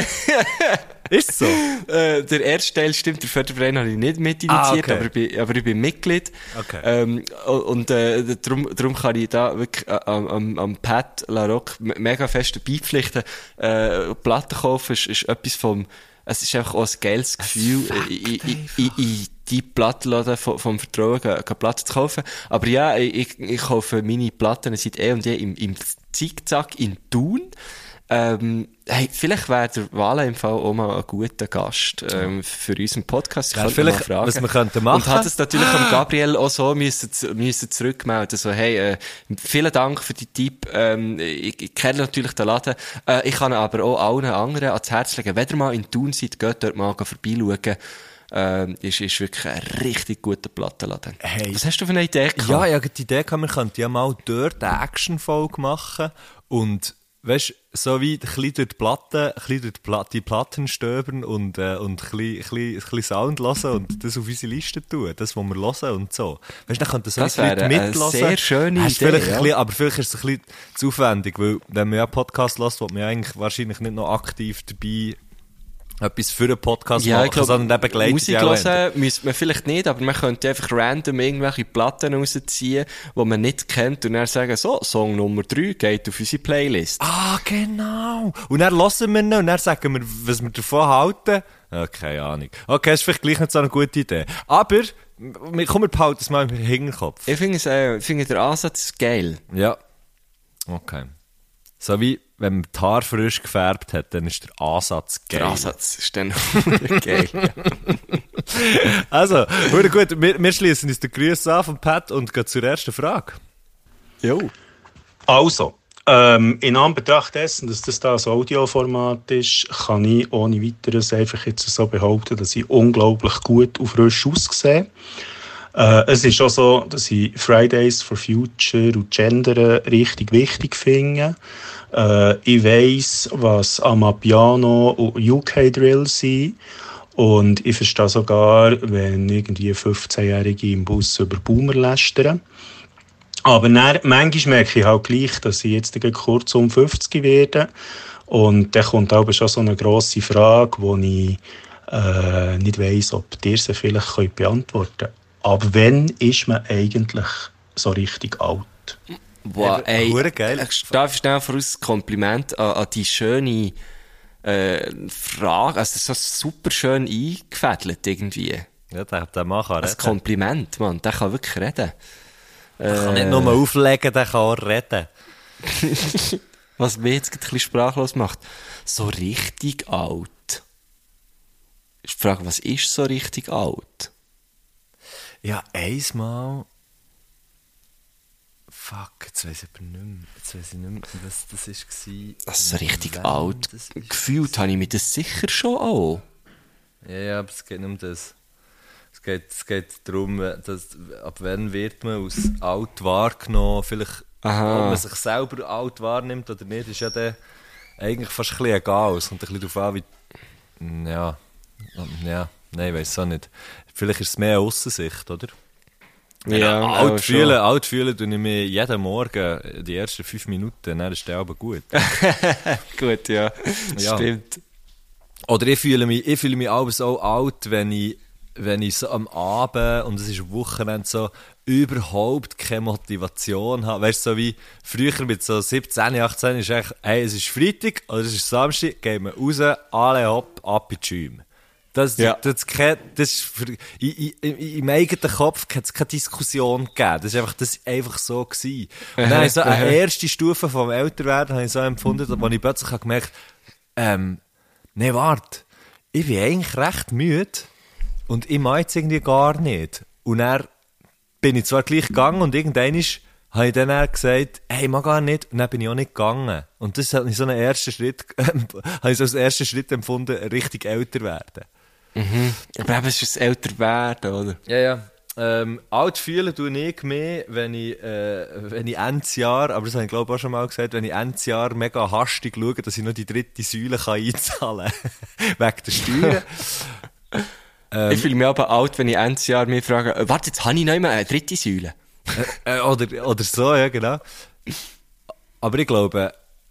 Ist so? Äh, der erste Teil stimmt, der Förderverein habe ich nicht mit initiiert, ah, okay. aber, ich bin, aber ich bin Mitglied. Okay. Ähm, und äh, darum, darum kann ich da wirklich äh, am, am Pat LaRocque mega fest beipflichten. Äh, Platten kaufen ist, ist etwas vom, es ist einfach auch ein geiles Gefühl, in, in, in, in die Plattenladen vom, vom Vertrauen eine Platte zu kaufen. Aber ja, ich, ich kaufe meine Platten seit eh und je im, im Zickzack in Thun. Ähm, hey, vielleicht wäre der Wala im Fall auch mal ein guter Gast ähm, für unseren Podcast. Ich ja, könnte vielleicht, mal fragen. was wir könnten machen. Und hat es natürlich am Gabriel auch so müssen, müssen zurückmelden. So, hey, äh, vielen Dank für die Tipp. Ähm, ich, ich kenne natürlich den Laden. Äh, ich kann aber auch allen anderen ans Herz legen. Wenn ihr mal in Thun seid, geht dort mal vorbeischauen. Ähm, ist, ist wirklich ein richtig guter Plattenladen. Hey. Was hast du für eine Idee gehabt? Ja, ich habe die Idee gehabt, wir könnten ja mal dort eine Action-Folge machen und weißt, so wie ein bisschen durch die Platten, ein bisschen durch die, Pla- die Platten stöbern und, äh, und ein bisschen, ein bisschen, ein bisschen Sound hören und das auf unsere Liste tun, das, was wir hören und so. Weißt, dann könnten so das Leute eine mithören. Sehr schöne Hast Idee, vielleicht ja. ein bisschen, aber vielleicht ist es ein bisschen zu aufwendig, weil wenn man ja einen Podcast hört, will man ja eigentlich wahrscheinlich nicht noch aktiv dabei etwas für einen Podcast ja, machen, ich glaub, sondern der begleitet Musik ja auch hören müsste man vielleicht nicht, aber man könnte einfach random irgendwelche Platten rausziehen, die man nicht kennt, und dann sagen, so, Song Nummer drei geht auf unsere Playlist. Ah, genau. Und dann hören wir ihn und dann sagen wir, was wir davon halten. Ah, keine Ahnung. Okay, das ist vielleicht gleich nicht so eine gute Idee. Aber, komm, wir behalten es mal im Hinterkopf. Ich finde es, äh, finde den Ansatz geil. Ja. Okay. So wie, wenn man die Haare frisch gefärbt hat, dann ist der Ansatz geil. Der Ansatz ist dann geil. Also, wurde gut. Wir, wir schließen uns den Grüß an von Pat und gehen zur ersten Frage. Jo. Also, ähm, in Anbetracht dessen, dass das da ein Audioformat ist, kann ich ohne weiteres einfach jetzt so behaupten, dass ich unglaublich gut und frisch aussehe. Äh, es ist auch so, dass ich Fridays for Future und Gender richtig wichtig finde. Äh, ich weiss, was Amapiano und U K-Drill sind. Und ich verstehe sogar, wenn irgendwie fünfzehnjährige im Bus über Boomer lästern. Aber dann, manchmal merke ich halt gleich, dass ich jetzt kurz um fünfzig werde. Und dann kommt aber schon so eine grosse Frage, wo ich äh, nicht weiss, ob ihr sie vielleicht beantworten könnt. Aber wann ist man eigentlich so richtig alt? Wow, ey, geil. ich darf schnell voraus ein Kompliment an, an die schöne äh, Frage. Also so super schön eingefädelt irgendwie. Ja, der, der Mann kann reden. Ein Kompliment, Mann. Der kann wirklich reden. Der äh, kann nicht nur auflegen, der kann auch reden. Was mich jetzt ein bisschen sprachlos macht. So richtig alt. Ich frage, was ist so richtig alt? Ja, einmal. Fuck, jetzt weiss ich aber nicht mehr. Jetzt weiss ich nicht mehr, was das war. Also so richtig alt. Gefühlt habe ich mich das sicher schon auch. Ja, ja, aber es geht nicht um das. Es geht, es geht darum, dass, ab wann wird man als alt wahrgenommen. Vielleicht Aha. Ob man sich selber alt wahrnimmt oder nicht, ist ja dann eigentlich fast ein bisschen egal. Es kommt ein bisschen darauf an, wie... Ja, ja, nein, ich weiss auch nicht. Vielleicht ist es mehr eine Aussensicht, oder? Ja, alt, aber fühlen, schon. alt fühlen tue ich mich jeden Morgen, die ersten fünf Minuten, dann ist der aber gut. Gut, ja. Ja. Stimmt. Oder ich fühle mich, ich fühle mich abends auch alt, wenn ich, wenn ich so am Abend, und es ist Wochenende so, überhaupt keine Motivation habe. Weißt du, so wie früher mit so siebzehn, achtzehn ist eigentlich, hey, es ist Freitag oder es ist Samstag, gehen wir raus, alle hopp, ab in die Schäume. Das, Ja. das, das, das ist für, in, in, im eigenen Kopf hat es keine Diskussion gegeben. Das war einfach, das ist einfach so gewesen. Und dann habe ich so eine erste Stufe vom Älterwerden habe ich so empfunden, wo ich plötzlich habe gemerkt, ähm, nee, warte, ich bin eigentlich recht müde und ich mache jetzt irgendwie gar nicht. Und dann bin ich zwar gleich gegangen und irgendwann ist, habe ich dann eher gesagt, hey, ich mag gar nicht. Und dann bin ich auch nicht gegangen. Und das hat mich so einen ersten Schritt, habe ich so als ersten Schritt empfunden, richtig älter werden. Mhm. Aber eben, es ist das Älterwerden, oder? Ja, ja. Ähm, alt fühlen tue ich mehr, wenn ich, äh, wenn ich Endsjahr, aber das habe ich glaube auch schon mal gesagt, wenn ich Endsjahr mega hastig schaue, dass ich noch die dritte Säule kann einzahlen kann. Wegen der Steuern. ähm, Ich fühle mich aber alt, wenn ich Ende Jahr mich frage, äh, warte, jetzt habe ich noch immer eine dritte Säule. äh, oder, oder so, ja, genau. Aber ich glaube,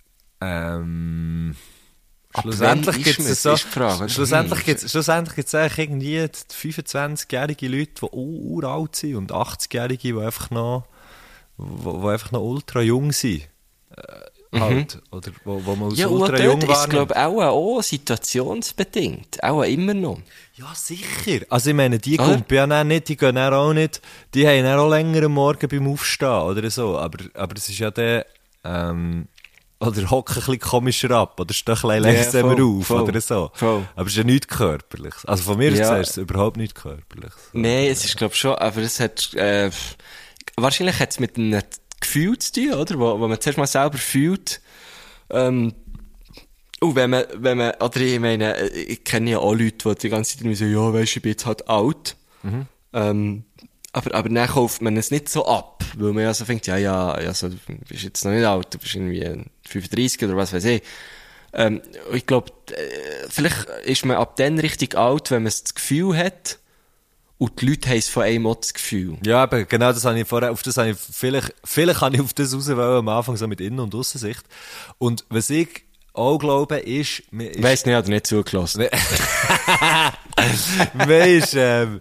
ähm, schlussendlich wann gibt ist es man? so, Ist die Frage. schlussendlich Hm. gibt's, schlussendlich gibt's eigentlich irgendwie fünfundzwanzigjährige Leute, die uralt sind und achtzigjährige, die einfach noch, wo, wo einfach noch ultra jung sind. Äh, halt. Oder wo, wo man als Ja, und ultra dort jung ist es, wahrnimmt. glaube ich, auch, auch situationsbedingt. Auch immer noch. Ja, sicher. Also ich meine, die Oder? Kumpel ja dann nicht, die gehen dann auch nicht, die haben dann auch länger am Morgen beim Aufstehen oder so, aber, aber es ist ja der, ähm, oder hocken ein bisschen komischer ab, oder stehen ein bisschen langsamer voll, auf, voll, oder so. voll. Aber es ist ja nichts Körperliches. Also von mir aus Ja. gesehen ist es überhaupt nichts Körperliches. Nein, es ist, glaube ich, schon, aber es hat, äh, wahrscheinlich hat es mit einem Gefühl zu tun, oder? Wo, wo man zuerst mal selber fühlt, ähm, und wenn man, wenn man, oder ich meine, ich kenne ja auch Leute, die die ganze Zeit sagen, ja, weisst du, ich bin jetzt halt alt. Mhm. Ähm, aber, aber dann kauft man es nicht so ab, weil man ja so denkt, ja, ja, also, du bist jetzt noch nicht alt, du bist irgendwie fünfunddreissig oder was weiß ich. Ähm, ich glaube, äh, vielleicht ist man ab dann richtig alt, wenn man das Gefühl hat, und die Leute haben es von einem auch das Gefühl. Ja, aber genau das habe ich vorher, auf das habe ich, vielleicht, vielleicht habe ich auf das raus wollen, am Anfang so mit Innen- und Aussensicht. Und was ich auch glaube, ist, mir ist Weiss nicht, hat er nicht zugelassen. man ist, ähm,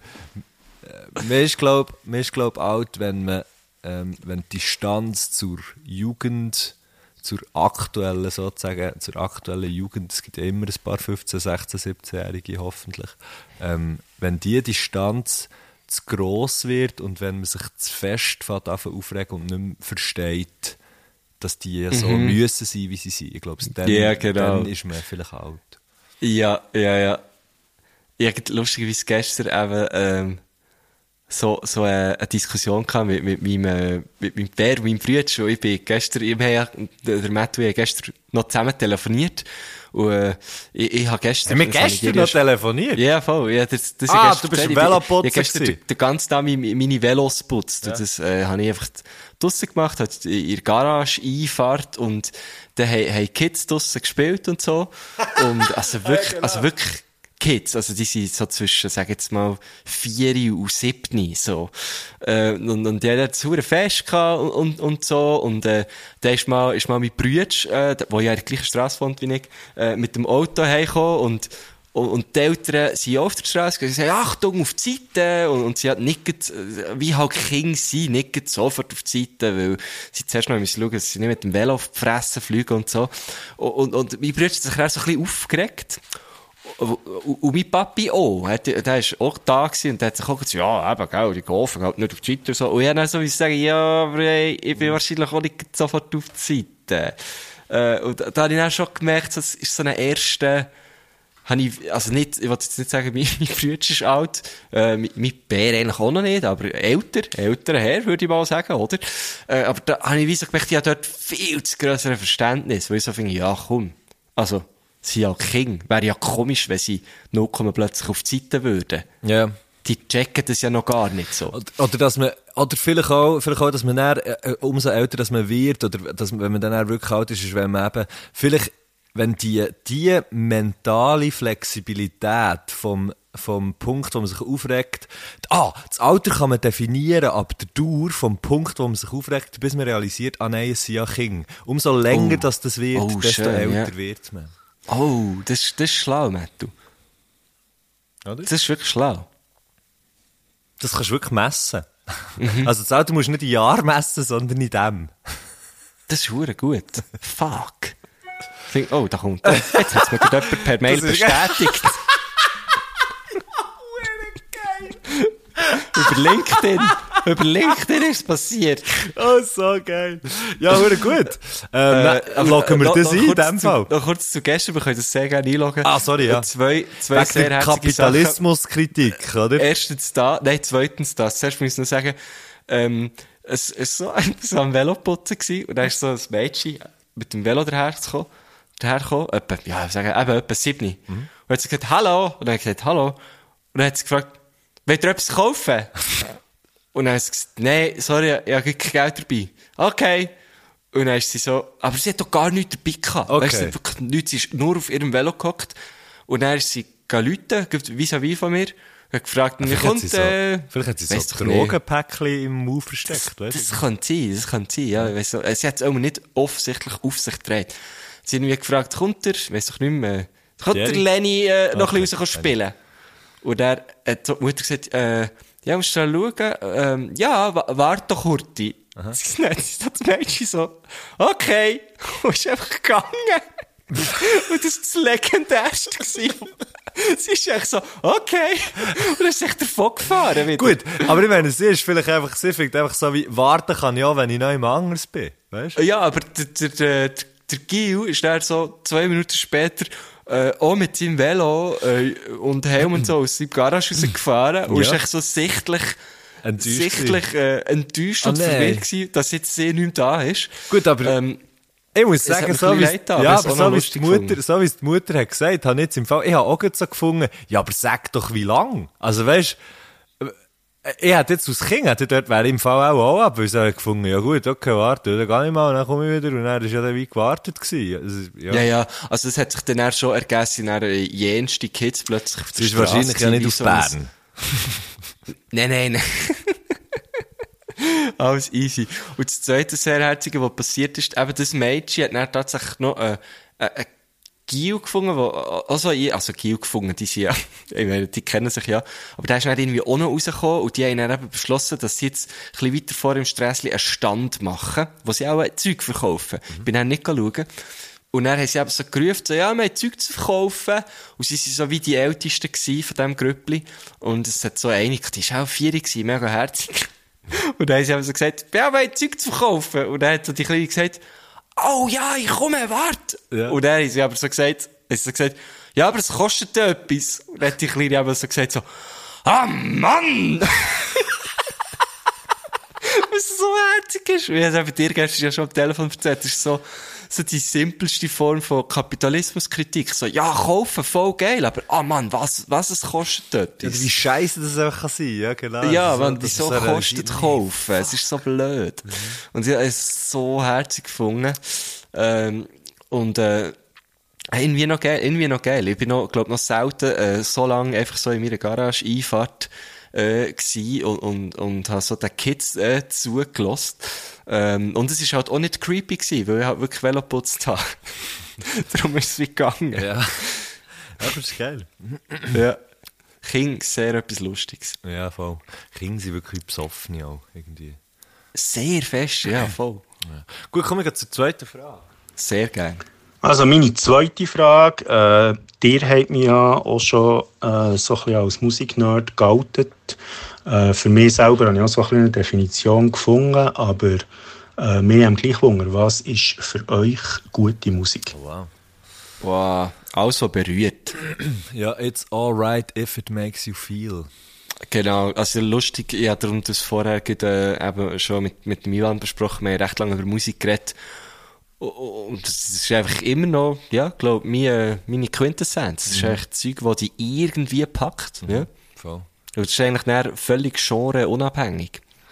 äh, man ist, glaub, man ist, glaub, alt, wenn man, ähm, wenn die Distanz zur Jugend, zur aktuellen, sozusagen, zur aktuellen Jugend, es gibt ja immer ein paar fünfzehn-, sechzehn-, siebzehnjährige hoffentlich, ähm, wenn die Distanz zu gross wird und wenn man sich zu fest fängt an aufregen und nicht mehr versteht, dass die so Mhm. müssen sein, wie sie sind. Ich glaube, dann, Ja, genau. dann ist man vielleicht alt. Ja, ja, ja. Ich hatte lustigerweise gestern eben, ähm, so, so eine, eine Diskussion gehabt mit, mit meinem, äh, mit meinem Pär und meinem Bruder. Und ich bin gestern, ich habe ja, der Matt und ich haben gestern noch zusammen telefoniert. Und, äh, ich, ich habe gestern... Haben wir das habe ich gestern dir noch erst- telefoniert? Ja, voll. Ja, das, das Ah, ich du bist erzählt. im Ich bin- Veloputzen Ich habe gestern gewesen. den, den ganzen Tag meine, meine Velos putzt. Ja. Und das äh, habe ich einfach draussen gemacht, hat in der Garage, Einfahrt und dann haben, haben Kids draussen gespielt und so. Und also wirklich, also wirklich Kids, also die sind so zwischen, sag jetzt mal, vier und sieben, so. Äh, und, und die hatten das hure Fest gehabt und, und, und so. Und, äh, da ist mal, ist mal mein Bruder, äh, der ja in der gleichen Straße wohnt wie ich, äh, mit dem Auto heimgekommen und, und, und die Eltern sind auch auf der Straße gegangen, sie sagen, Achtung, auf die Seite. Und, und sie hat nicht, grad, wie halt Kinder sind, nicht grad sofort auf die Seite, weil sie zuerst noch müssen schauen, dass sie nicht mit dem Velo auf die Fresse fliegen und so. Und, und, und mein Bruder hat sich dann so ein bisschen aufgeregt. Und, und mein Papi auch. Der, der ist auch da gewesen und der hat sich auch gesagt, ja, eben, gell, die gehen halt nicht auf die Seite und so. Und ich habe dann so wie sagen, ja, aber ey, ich bin wahrscheinlich auch nicht sofort auf die Seite. Äh, und da, da habe ich dann schon gemerkt, das ist so eine erste, habe ich, also nicht, ich wollte jetzt nicht sagen, mein, mein Bruder ist alt, äh, mein, mein Bär eigentlich auch noch nicht, aber älter, älterer Herr, würde ich mal sagen, oder? Äh, aber da habe ich wie so gemerkt, ich habe dort viel zu grössere Verständnis, weil ich so finde, ja, komm, also, sie sind ja Kinder. Wäre ja komisch, wenn sie null plötzlich auf die Seite würden. Ja. Die checken das ja noch gar nicht so. Oder, oder dass man, oder vielleicht auch, vielleicht auch, dass man dann, äh, umso älter dass man wird, oder dass, wenn man dann, dann wirklich alt ist, ist, wenn man eben, vielleicht, wenn die, die mentale Flexibilität vom, vom Punkt, wo man sich aufregt, ah, das Alter kann man definieren ab der Dauer vom Punkt, wo man sich aufregt, bis man realisiert, ah nein, es sind ja Kinder. Umso länger, Oh. dass das wird, Oh, desto schön, älter ja. wird man. Oh, das, das ist schlau, Mattu. Oder? Das ist wirklich schlau. Das kannst du wirklich messen. Also das Alter musst du nicht in Jahren messen, sondern in dem. Das ist verdammt gut. Fuck. Find, oh, da kommt. Jetzt hat es mir gerade jemand per Mail Das ist bestätigt. Über LinkedIn. Über LinkedIn ist es passiert. Oh, so geil. Ja, verdammt gut. Ähm, Äh, loggen wir noch- das noch ein, in kurz dem zu, Fall? Noch kurz zu gestern, wir können das sehr gerne einloggen. Ah, sorry, ja. Äh, Zwei, zwei Wegen sehr der herzige Kapitalismuskritik, oder? Sachen. Erstens da, nein, zweitens das. Zuerst muss ich noch sagen, ähm, es es war so, so am Veloputzen gewesen, und da ist so ein Mädchen mit dem Velo dahergekommen, dahergekommen, etwa, ja, ich sage, eben etwa sieben. Mhm. Und hat sie gesagt, hallo, und dann hat sie gesagt, hallo. Und dann hat sie gefragt, wollt ihr etwas kaufen? Und dann hat sie gesagt, nein, sorry, ich habe kein Geld dabei. Okay. Und dann ist sie so, aber sie hat doch gar nichts dabei gehabt. Okay. Weißt, sie hat wirklich nichts, sie ist nur auf ihrem Velo gehockt. Und dann ist sie geläutet, vis-à-vis von mir, und hat gefragt, wie Vielleicht hat kommt, sie so, äh, vielleicht hat sie weiss so doch nicht. Drogenpäckchen im Mund versteckt, weißt Das du? könnte sein, das könnte sein, ja. Weiss so, äh, sie hat es auch nicht offensichtlich auf sich gedreht. Sie hat irgendwie gefragt, kommt er, weiss doch nicht mehr, kommt der Jerry? Lenny äh, noch Okay. ein bisschen raus spielen? Und er hat so die Mutter gesagt, äh, ja, musst du schauen, ähm, ja, wa- warte doch kurz. Sie sagt, das Mädchen so, okay, und ist einfach gegangen. Und das war das Legendärste gewesen. Sie ist echt so, okay. Und dann ist sie echt davon gefahren wieder. Gut, aber ich meine, sie ist vielleicht einfach, sie findet einfach so wie, warten kann ich auch, wenn ich noch jemand anderes bin, weißt du? Ja, aber der, der, der, der Gil ist dann so zwei Minuten später äh, auch mit seinem Velo äh, und Helm und so aus seinem Garage rausgefahren und Ja. ist echt so sichtlich, Enttäuscht sichtlich äh, enttäuscht Ah, und nein. verwirrt gewesen, dass jetzt sie nicht mehr da ist. Gut, aber Ähm, ich muss es hat sagen, mir so ein wie, bisschen leid getan, ja, aber es aber auch so noch wie es die lustig Mutter, gefunden. so wie es die Mutter hat gesagt, habe ich jetzt im Fall, ich habe auch gerade so gefunden, ja, aber sag doch, wie lang? Also, weißt, äh, ich hätte jetzt als Kind, hätte dort wäre ich im Fall auch auch ab, weil ich habe gefunden, ja gut, okay, warte, dann gehe ich mal, und dann komme ich wieder, und dann ist ja dann wie gewartet gewesen. Also, ja. ja, ja, also es hat sich dann auch schon ergeben, sind dann äh, jenste Kids plötzlich auf Das der ist Straße wahrscheinlich ja nicht auf gewesen, wie so Bern. ein- Nein, nein, nein. Alles easy. Und das zweite sehr herzige, was passiert ist, eben das Mädchen hat dann tatsächlich noch äh, äh, ein Gil gefunden, wo, also, also Gil gefunden, die sind ja, ich meine, die kennen sich ja, aber der ist dann irgendwie auch noch rausgekommen und die haben dann eben beschlossen, dass sie jetzt ein bisschen weiter vor im Strässli einen Stand machen, wo sie auch Zeug verkaufen. Ich bin dann nicht schauen. Und dann haben sie eben so gerufen, so, ja, wir haben Zeug zu verkaufen. Und sie waren so wie die Ältesten gewesen von diesem Grüppli. Und es hat so eine, die war auch vier gewesen, mega herzig. Und dann haben sie eben so gesagt, ja, wir haben Zeug zu verkaufen. Und dann hat so die Kleine gesagt, oh ja, ich komme, warte. Ja. Und dann haben sie aber so gesagt, haben sie so gesagt, ja, aber es kostet ja etwas. Und dann hat die Kleine eben so gesagt, so, ah, Mann! Was so herzig ist. Und ich habe es dir gestern ja schon am Telefon erzählt, das ist so, so die simpelste Form von Kapitalismuskritik. So, ja, kaufen, voll geil, aber, ah Mann, was, was es kostet dort? Ja, wie scheiße das einfach kann sein, ja, genau. Ja, Also, wenn dass wieso es so kostet realisiert- kaufen? Es ist so blöd. Und ich habe es so herzig gefunden. Ähm, und, äh, irgendwie noch geil, irgendwie noch geil. Ich bin noch, glaub, noch selten, äh, so lange einfach so in meiner Garage Einfahrt, äh, gsi und, und, und habe so den Kids, äh, zugelassen. Ähm, und es ist halt auch nicht creepy gewesen, weil ich halt wirklich Velo geputzt habe. Darum ist es wie gegangen. Ja. Ja, aber ist geil. Ja. Kind, sehr etwas Lustiges. Ja, voll. Kinder sind wirklich besoffen auch, irgendwie. Sehr fest, ja, voll. Ja. Gut, kommen wir gleich zur zweiten Frage. Sehr geil. Also meine zweite Frage, äh, dir habt mich ja auch schon äh, so ein bisschen als Musiknerd geoutet. Äh, für mich selber habe ich auch so ein bisschen eine Definition gefunden, aber äh, mir haben gleich Wunder, was ist für euch gute Musik? Oh, wow. Wow, alles so berührt. Ja, it's alright if it makes you feel. Genau, also lustig, ich habe darum das vorher gerade, äh, eben schon mit, mit dem Ivan besprochen, wir haben recht lange über Musik geredet. Und das ist einfach immer noch, ja, glaub, meine, meine Quintessenz. Das ist eigentlich Zeug, das dich irgendwie packt. Ja? Voll. Und das ist eigentlich dann völlig genreunabhängig.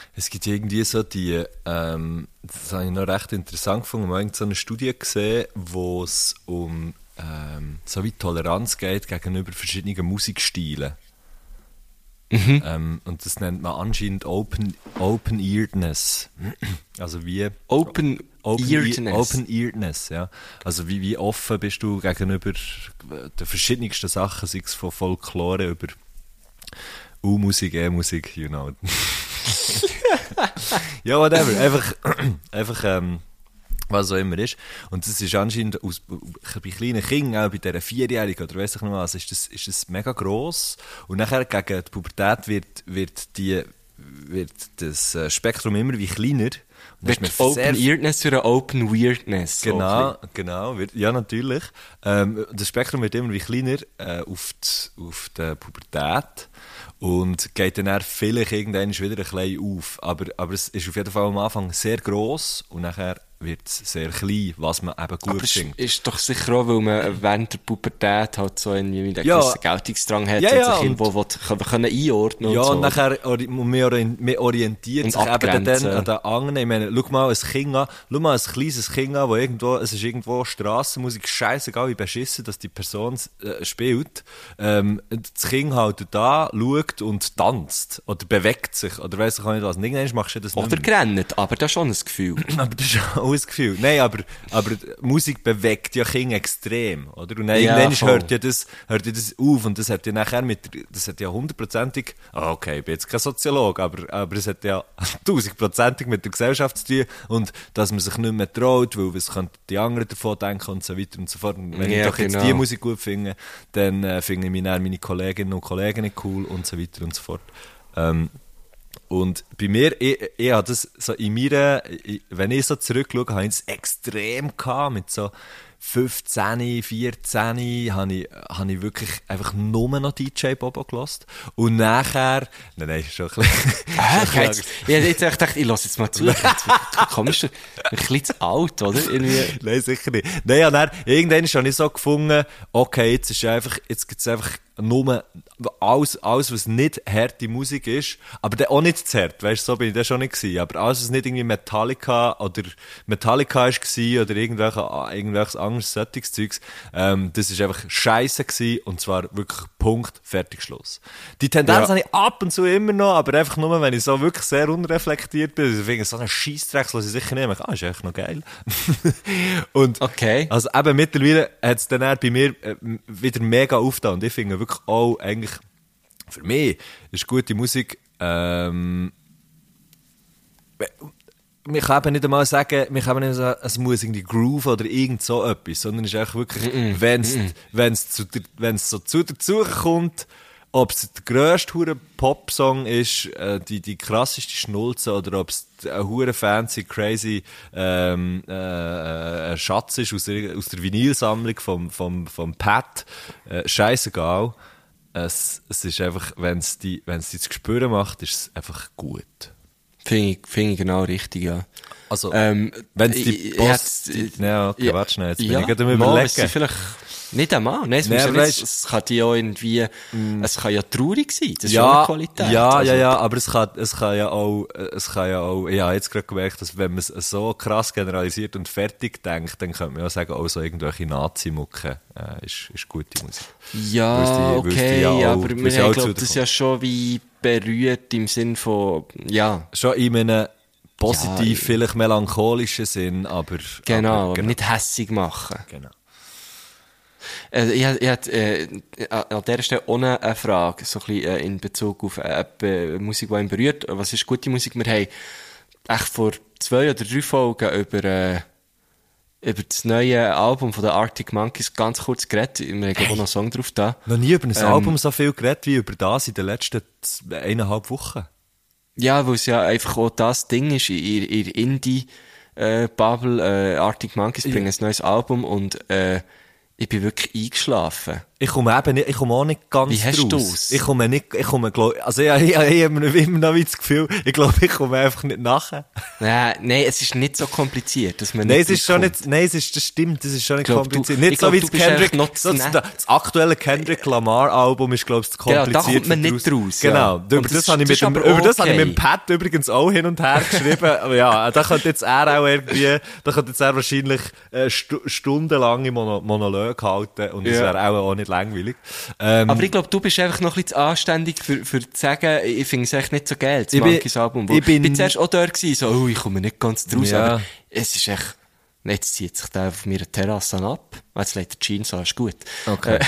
Es gibt irgendwie so die, ähm, das habe ich noch recht interessant gefunden, wir haben so eine Studie gesehen, wo es um ähm, so wie Toleranz geht gegenüber verschiedenen Musikstilen. Mhm. Ähm, und das nennt man anscheinend Open, Open-Earedness. Also wie... Open Earedness. Open-Earedness, ja. Also wie, wie offen bist du gegenüber den verschiedensten Sachen, sei es von Folklore über U-Musik, E-Musik, you know. Ja, whatever. Einfach, einfach ähm, was auch immer ist. Und das ist anscheinend aus, bei kleinen Kindern, auch bei dieser Vierjährigen oder weiss ich noch was, ist das, ist das mega gross. Und nachher gegen die Pubertät wird, wird, die, wird das Spektrum immer wie kleiner. Wird Open Earedness oder Open Weirdness? Genau, genau. Wird, ja, natürlich. Ähm, das Spektrum wird immer wie kleiner äh, auf, die, auf die Pubertät und geht dann eher vielleicht irgendwann wieder ein bisschen auf. Aber, aber es ist auf jeden Fall am Anfang sehr gross und nachher wird es sehr klein, was man eben gut aber es findet. ist doch sicher auch, weil man während der Pubertät halt so irgendwie einen Ja. gewissen Geltungsdrang hat Ja, und ja, sich irgendwo und- will, können einordnen Ja, und so. und nachher ori- man orien- man orientiert Und sich eben abgrenzen. dann an den anderen. Ich meine, schau mal ein Kind an, schau mal ein kleines Kind an, wo irgendwo, es ist irgendwo Strassenmusik, scheißegal wie beschissen, dass die Person äh, spielt. Ähm, das Kind halt da, schaut und tanzt. Oder bewegt sich. Oder weiss ich auch nicht was. Und irgendwann machst du das Oder nicht mehr. gerannt, aber das ist schon ein Gefühl. Aber das ist auch ein Gefühl. Nein, aber, aber die Musik bewegt ja Kinder extrem, oder? Und dann Ja, irgendwann voll. hört ja das, hört ja das auf und das hat ja nachher mit, der- das hat ja hundertprozentig, ah, okay, ich bin jetzt kein Soziologe, aber, aber es hat ja tausendprozentig mit der Gesellschaft zu tun und dass man sich nicht mehr traut, weil was könnten die anderen davon denken und so weiter und so fort. Und wenn Ja, ich doch jetzt genau. die Musik gut finde, dann äh, finde ich mich dann meine Kolleginnen und Kollegen nicht cool und so weiter und so fort. Ähm, Und bei mir, ich, ich hatte das so in mir, ich, wenn ich so zurückschaue, habe ich es extrem gehabt, mit so fünfzehn, vierzehn, habe ich, habe ich wirklich einfach nur noch D J Bobo gehört. Und nachher, nein, nein, schon ein bisschen. Hä? Jetzt, ich hätte jetzt gedacht, ich lasse jetzt mal zu. Jetzt kommst du ein bisschen zu alt, oder? Irgendwie. Nein, sicher nicht. Nein, ja, dann, irgendwann habe ich so gefunden, okay, jetzt ist einfach, jetzt gibt's einfach nur alles, alles, was nicht harte Musik ist, aber dann auch nicht zu hart, weißt du, so bin ich dann schon nicht gewesen, aber alles, was nicht irgendwie Metallica oder Metallica ist gewesen oder irgendwelche, irgendwelches anderes solches Zeugs, ähm, das ist einfach scheisse gewesen und zwar wirklich Punkt, fertig, Schluss. Die Tendenz Ja. habe ich ab und zu immer noch, aber einfach nur, wenn ich so wirklich sehr unreflektiert bin, also wegen so einem Scheissdreck, was ich sicher nehme, ah, ist echt noch geil. Und Okay. also eben mittlerweile hat es dann eher bei mir äh, wieder mega aufgetan und ich finde wirklich auch eigentlich, für mich ist gute Musik, ähm, wir kann eben nicht einmal sagen, wir kann nicht sagen, es muss irgendwie Groove oder irgend so etwas, sondern es ist einfach wirklich, wenn es wenn's zu der- wenn's so zu dazu kommt, ob es der grösste hure Pop-Song ist, äh, die, die krasseste Schnulze, oder ob es ein hure fancy, crazy ähm, äh, äh, ein Schatz ist aus der, aus der Vinylsammlung vom, vom, vom Pat, äh, scheissegal. Es, es ist einfach, wenn es die, wenn's die zu spüren macht, ist es einfach gut. Finde ich, finde ich genau richtig, ja. Also, Ähm, wenn es ich- die ich- Post... ich hätte- Ja, okay, ja, warte schnell, jetzt bin ja, ich gerade am mal, Überlegen. es sind vielleicht nicht einmal. Nein, es, Nein, muss ja aber nicht, weisst- es kann ja auch irgendwie, es kann ja traurig sein. Das ist ja, schon eine Qualität. ja, Also, ja, ja, aber es kann, es kann ja auch, es kann ja auch, ich habe jetzt gerade gemerkt, dass wenn man es so krass generalisiert und fertig denkt, dann könnte man ja sagen, auch so irgendwelche Nazi-Mucke äh, ist, ist gute Musik. Ja, Weil es die- weil es die okay, ja auch- aber weil wir sie auch haben, glaube zu das dir ja schon wie berührt im Sinn von, ja, Schon in einem positiv, Ja, vielleicht melancholischen Sinn, aber... genau, aber, aber nicht hässig machen. Genau. Also ich, ich hatte äh, an an dieser Stelle auch eine eine Frage, so ein bisschen äh, in Bezug auf äh, äh, Musik, die einen berührt. Was ist gute Musik? Wir haben echt vor zwei oder drei Folgen über, äh, über das neue Album von den Arctic Monkeys ganz kurz geredet. Wir haben hey. auch noch einen Song drauf da. Noch nie über ein Ähm, Album so viel geredet wie über das in den letzten z- eineinhalb Wochen. Ja, weil es ja einfach auch das Ding ist, in in der Indie-Bubble, äh, Arctic Monkeys bringen ein neues Album und äh, ich bin wirklich eingeschlafen. Ich komme eben nicht, ich komme auch nicht ganz Wie hast raus. du's? Ich komme nicht, ich komme, glaub, also ich, ich, ich, ich habe immer noch das Gefühl, ich glaube, ich komme einfach nicht nachher. Nein, nein, es ist nicht so kompliziert, dass man Nein, nicht es ist schon rauskommt. nicht, nein, es ist, das stimmt, das ist schon nicht Glaub, kompliziert. du- nicht ich so glaub, wie du das bist Kendrick, eigentlich noch zu so das, nett. das aktuelle Kendrick Lamar Album ist, glaube ich, zu Genau, kompliziert. da kommt man für nicht draus. raus, ja. Genau, Und über das das, ist- habe ich das mit ist dem, aber über das habe ich okay. mit dem Pat übrigens auch hin und her geschrieben. Aber ja, da könnte jetzt er auch irgendwie, da könnte jetzt er wahrscheinlich äh, stu stundenlange Mono Monologe halten und es Ja. wäre auch, auch nicht langweilig. Ähm, Aber ich glaube, du bist einfach noch ein bisschen zu anständig für, für zu sagen, ich finde es echt nicht so geil, das Ich bin- Monkeys Album. Wo- ich bin- bin zuerst auch dort gewesen, so, oh, ich komme nicht ganz draus, Ja. aber es ist echt, jetzt zieht sich der auf meiner Terrasse an ab. Jetzt lädt der Jeans an, ist gut. okay.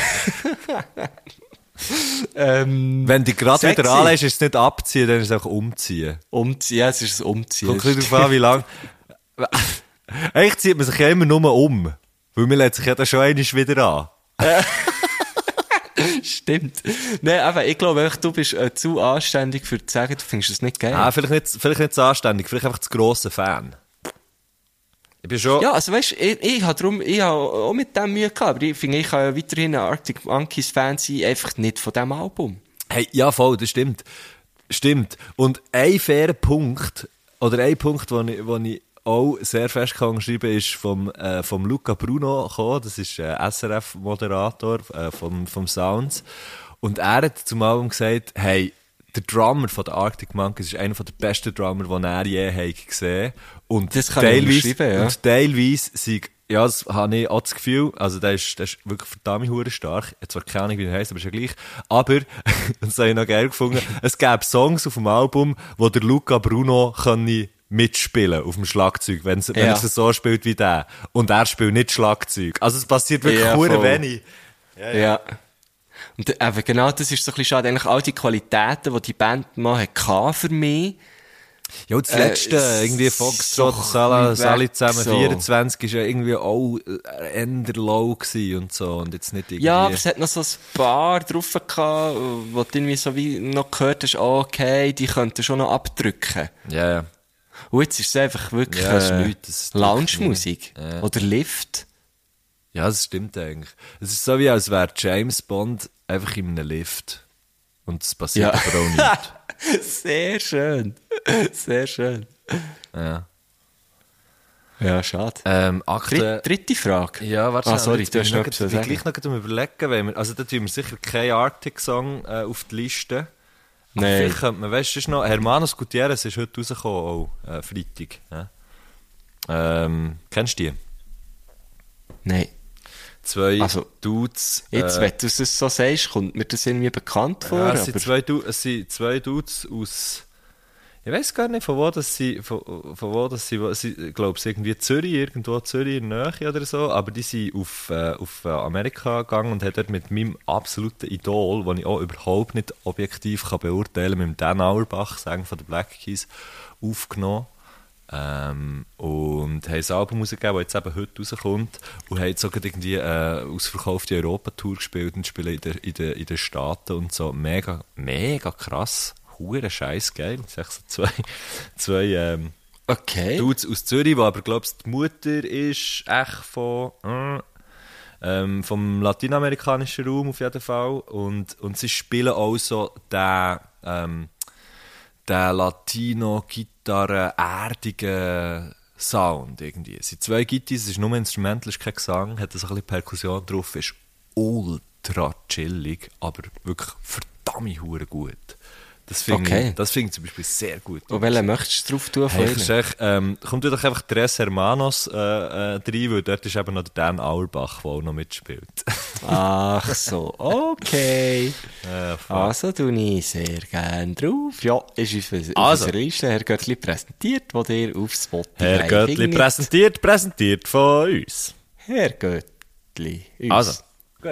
Ähm, Wenn du gerade sexy. wieder anlegst, ist es nicht abziehen, dann ist es auch umziehen. Umziehen, ja, es ist ein Umziehen. Kommt ein bisschen darauf an, wie lang. Eigentlich zieht man sich ja immer nur um. Weil man lädt sich ja dann schon einmal wieder an. Stimmt. Nein, aber ich glaube echt, du bist äh, zu anständig für zu sagen, du findest es nicht geil. Ah, vielleicht nicht, vielleicht nicht so anständig, vielleicht einfach zu grosser Fan. Ich bin schon... Ja, also weißt, ich, ich habe drum, ich habe auch mit dem Mühe gehabt, aber ich finde, ich kann ja weiterhin ein Arctic Monkeys Fan sein, einfach nicht von diesem Album. Hey, ja, voll, das stimmt. Stimmt. Und ein fairer Punkt, oder ein Punkt, den ich, wo ich auch sehr fest kann schreiben, ist vom, äh, vom Luca Bruno gekommen. Das ist äh, S R F-Moderator äh, vom, vom Sounds. Und er hat zum Album gesagt, hey, der Drummer von der Arctic Monkeys ist einer der besten Drummer, den er je hat gesehen. Und Das kann ich teilweise, unterschreiben, ja. und teilweise sind, ja, das habe ich auch das Gefühl, also der ist, der ist wirklich verdammt hure stark. Jetzt zwar keine Ahnung, wie er heisst, aber ist ja gleich. Aber, das habe ich noch geil gefunden, es gäbe Songs auf dem Album, wo der Luca Bruno kann mitspielen auf dem Schlagzeug, wenn's, wenn Ja. er es so spielt wie der. Und er spielt nicht Schlagzeug. Also es passiert wirklich Ja, hure voll. wenig. Ja. Und äh, eben genau das ist so ein bisschen schade. Eigentlich all die Qualitäten, die die Band mal hatte für mich. Ja, das Äh, letzte, es- irgendwie so Foxtrot, ein Sala, bisschen Sally weg, zusammen, so. vierundzwanzig, ist ja irgendwie auch äh, eher low gewesen und so. Und jetzt nicht irgendwie... Ja, aber es hat noch so ein paar drauf gehabt, wo du irgendwie so wie noch gehört hast, oh, okay, die könnten schon noch abdrücken. Ja, ja. Und jetzt ist es einfach wirklich Ja, es ist äh, nichts, das drückt Lounge-Musik. nie. Ja. Oder Lift. Ja, das stimmt eigentlich. Es ist so wie, als wäre James Bond einfach in einem Lift. Und es passiert Ja. aber auch nichts. Sehr schön. Sehr schön. Ja. Ja, schade. Ähm, Dritt, Akte... dritte Frage. Ja, warte Ah, schnell, sorry, jetzt du bin hast ich noch noch etwas grad- zu bin sagen. gleich noch grad am überlegen, wenn wir, also da tun wir sicher keinen Arctic-Song äh, auf die Liste. Aber Nein. vielleicht könnte man, weißt du, ist noch, Hermanos Gutierrez ist heute rausgekommen, auch, äh, Freitag. Ja. Ähm, kennst du die? Nein. Zwei Also, Dudes. Jetzt, äh, wenn du es so sagst, kommt mir das irgendwie bekannt vor. ja, es, aber sind zwei, Du- es sind zwei Dudes aus... Ich weiß gar nicht, von wo das sie, von, von wo das sie, wo- sie ich glaube, es ist irgendwie Zürich, irgendwo Zürich in der Nähe oder so, aber die sind auf, äh, auf äh, Amerika gegangen und haben dort mit meinem absoluten Idol, den ich auch überhaupt nicht objektiv kann beurteilen kann, mit dem Dan Auerbach, Sänger von den Black Keys, aufgenommen. Ähm, und haben ein Album rausgegeben, das jetzt eben heute rauskommt, und haben jetzt sogar irgendwie äh, ausverkaufte Europatour gespielt und spielen in den in der, in der Staaten und so. Mega, mega krass. Hure Scheiß geil. Das sind echt so zwei, zwei ähm, okay. Dudes aus Zürich, wo aber, glaubst du, die Mutter ist echt von, äh, ähm, vom lateinamerikanischen Raum auf jeden Fall. Und, und sie spielen auch so den, ähm, den Latino-Gitarre-erdigen Sound irgendwie. Es sind zwei Gitarren, es ist nur Instrumental, es ist kein Gesang, hat so ein bisschen Perkussion drauf, ist ultra chillig, aber wirklich verdammt hure gut. Das finde Okay. ich, das finde ich zum Beispiel sehr gut. Und welchen möchtest du drauf tun von Hey, ihnen? ich sag, ähm, komm du doch einfach Tres Hermanos äh, äh, rein, weil dort ist eben noch der Dan Auerbach, der auch noch mitspielt. Ach so, okay. äh, fuck. Also tue ich sehr gerne drauf. Ja, ist uns auf Also. unserer Liste Herr Göttli präsentiert, wo dir auf Spotify Herr Göttli findet. präsentiert, präsentiert von uns. Herr Göttli. Uns. Also.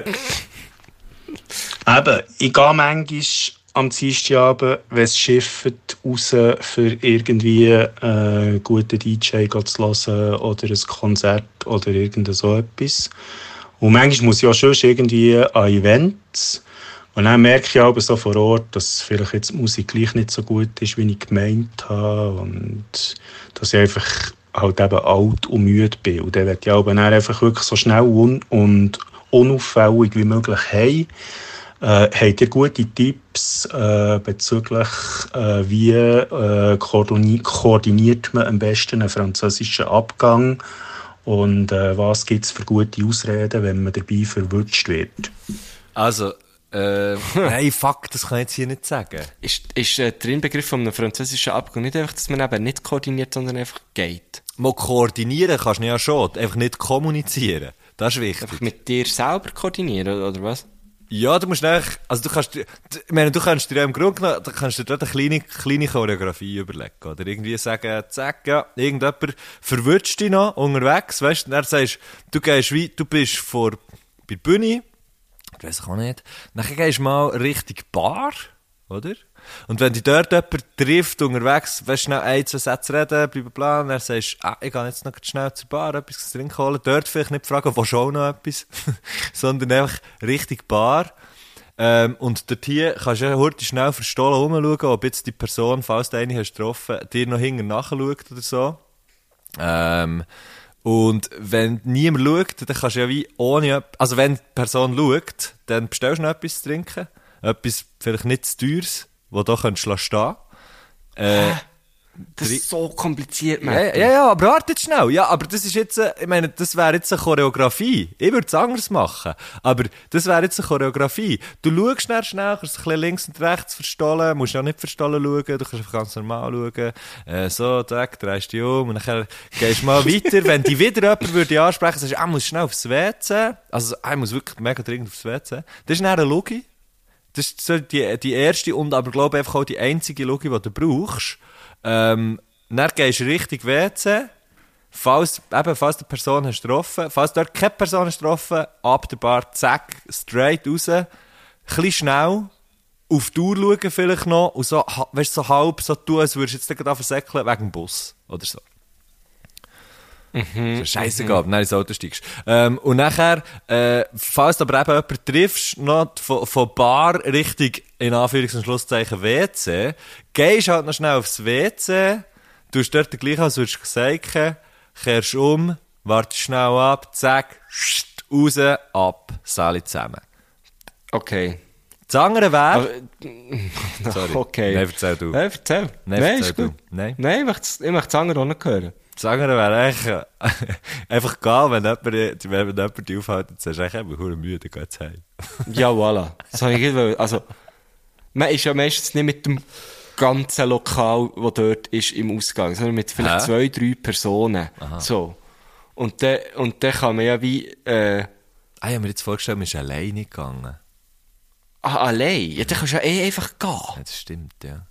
Eben, ich gehe manchmal am Dienstagabend, wenn es schifft, raus, für irgendwie einen äh, guten D J zu hören oder ein Konzert oder irgend so etwas. Und manchmal muss ich auch schon irgendwie an Events. Und dann merke ich aber so vor Ort, dass vielleicht jetzt die Musik gleich nicht so gut ist, wie ich gemeint habe. Und dass ich einfach halt eben alt und müde bin. Und dann werde ich aber dann einfach wirklich so schnell und, und unauffällig wie möglich haben. Äh, habt ihr gute Tipps äh, bezüglich, äh, wie äh, koordini- koordiniert man am besten einen französischen Abgang und äh, was gibt es für gute Ausreden, wenn man dabei verwutscht wird? Also, äh, nein, fuck, das kann ich jetzt hier nicht sagen. Ist, ist äh, der Inbegriff von einem französischen Abgang nicht einfach, dass man eben nicht koordiniert, sondern einfach geht? Mal koordinieren kannst du ja schon, einfach nicht kommunizieren. Das ist wichtig. Einfach mit dir selber koordinieren, oder was? Ja, du musst eigentlich, also du kannst, ich meine, du kannst dir ja im Grunde genommen, du kannst dir dort eine kleine, kleine Choreografie überlegen, oder irgendwie sagen, zack, ja, irgendjemand verwünscht dich noch unterwegs, weißt du, dann sagst du, gehst wie, du bist vor, bei der Bühne, ich weiss auch nicht, dann gehst du mal Richtung Bar, oder? Und wenn dich dort jemand trifft, unterwegs, weißt du, schnell ein, zwei Sätze reden, bla bla bla, und dann sagst du, ah, ich gehe jetzt noch schnell zur Bar, etwas zu trinken holen, dort vielleicht nicht fragen, wo schon noch etwas, sondern einfach Richtung Bar. Ähm, und dort hier kannst du ja heute schnell verstohlen rumschauen, ob jetzt die Person, falls du eine hast getroffen, dir noch hinten nachschaut oder so. Ähm, und wenn niemand schaut, dann kannst du ja wie ohne, also wenn die Person schaut, dann bestellst du noch etwas zu trinken, etwas vielleicht nicht zu teures, wo du stehen könntest. Äh, Das ist so kompliziert, Mann. ja, ja, ja, aber warte jetzt schnell. Ja, aber das ist jetzt, äh, ich meine, das wäre jetzt eine Choreografie. Ich würde es anders machen. Aber das wäre jetzt eine Choreografie. Du schaust schnell, schnell, kannst ein bisschen links und rechts verstollen, musst ja nicht verstollen schauen, du kannst einfach ganz normal schauen. Äh, so, zack, drehst dich um und dann gehst du mal weiter. Wenn dich wieder jemand würde ansprechen, sagst du, ah, muss schnell aufs W C. Also, ich muss wirklich mega dringend aufs W C. Das ist dann eine Logi. Das ist so die, die erste und aber, glaube ich, einfach auch die einzige Logi, die du brauchst. Ähm, dann gehst du Richtung W C, falls, eben, falls die Person hast getroffen, falls dort keine Person hast getroffen, ab der Bar, zack, straight raus, ein bisschen schnell, auf die Uhr schauen vielleicht noch, und so, weißt, so halb so tun, als würdest du jetzt gerade versäckeln wegen dem Bus, oder so. Mhm, so scheissegal, mhm. Nein, ins Auto steigst. Ähm, und nachher, äh, falls du aber eben jemanden triffst, noch von, von Bar Richtung, in Anführungs- und Schlusszeichen, W C, gehst halt noch schnell aufs W C, tust dort gleich, als würdest du sagen, kehrst um, wartest schnell ab, zack, raus, ab, Sali zusammen. Okay. Das andere wäre... Aber, sorry, okay. Nein, erzähl du. Nein, erzähl. Nein, Nein, erzähl ist gut. du. Nein. Nein, ich möchte, ich möchte das andere auch nicht hören. Das andere wäre eigentlich äh, einfach gehen, wenn jemand, wenn jemand dich aufhält und sagst, ich bin verdammt müde, geh jetzt heim. Ja, voilà. Das habe ich nicht wollen. Also, man ist ja meistens nicht mit dem ganzen Lokal, das dort ist, im Ausgang, sondern mit vielleicht Hä? zwei, drei Personen. Aha. So. Und dann, und dann kann man ja wie, äh, Ah, ich habe mir jetzt vorgestellt, man ist alleine gegangen. ah, allein. Ja, dann kannst du ja eh einfach gehen. Ja, das stimmt, ja.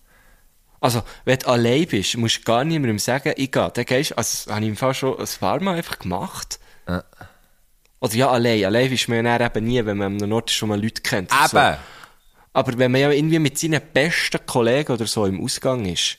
Also, wenn du allein bist, musst du gar niemandem sagen, ich gehe. Dann gehst du, also, das habe ich im Fall schon ein paar Mal einfach gemacht. Ja. Oder ja, allein. Allein ist man ja dann eben nie, wenn man an einem Ort ist, wo man Leute kennt. Eben. So. Aber wenn man ja irgendwie mit seinen besten Kollegen oder so im Ausgang ist,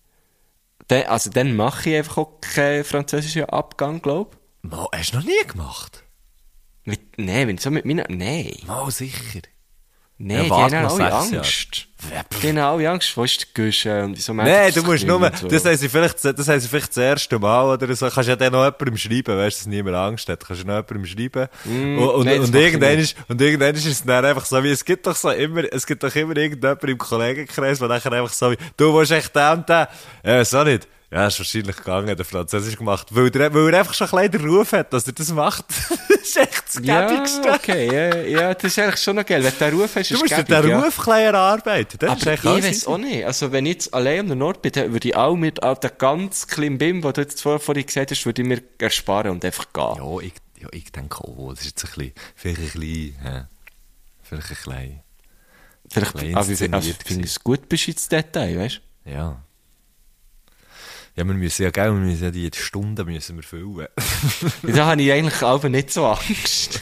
dann, also dann mache ich einfach auch keinen französischen Abgang, glaub ich. Mo, hast du noch nie gemacht? Mit, nein, wenn ich so mit meinen, nein. Mo, sicher. Nein, Ja, die warte haben noch alle sechs Angst. Die haben alle Angst. Wo ist der Guschen? Und so Nein, du musst nur, so. das haben sie vielleicht, das haben sie vielleicht das erste Mal oder so, kannst ja dann noch jemandem schreiben, weißt du, dass niemand Angst hat, kannst du noch jemandem schreiben. Mm, und, und, nein, das und mach ich irgendwann nicht. ist, und irgendwann ist es dann einfach so wie, es gibt doch so immer, es gibt doch immer irgendjemand im Kollegenkreis, der nachher einfach so wie, du willst echt den und den. Ja, so nicht. Ja, ist wahrscheinlich gegangen, der Französisch gemacht. Weil er, weil er einfach schon ein bisschen den Ruf hat, dass er das macht. Das ist echt das Gäbigste. Ja, okay, ja, ja, das ist eigentlich schon noch geil. Wenn du den Ruf hast, Du ist musst dir gäbig, den ja. Ruf ein bisschen erarbeiten. Das ist Aber echt ich alles weiß easy. auch nicht. Also, wenn ich jetzt allein am Nord bin, dann würde ich auch mit all den ganz kleinen Bim, den du jetzt vorher, vorhin gesagt hast, würde ich mir ersparen und einfach gehen. Ja, ich, ja, ich denke auch, das ist jetzt ein bisschen, vielleicht ein bisschen, hä? Vielleicht ein bisschen, Vielleicht, ein bisschen aber ich finde also, inszeniert ich finde es gut, bist du ins Detail, weißt du? ja. Ja, wir müssen ja, gell, wir müssen ja die Stunden müssen wir füllen. Da habe ich eigentlich auch nicht so Angst.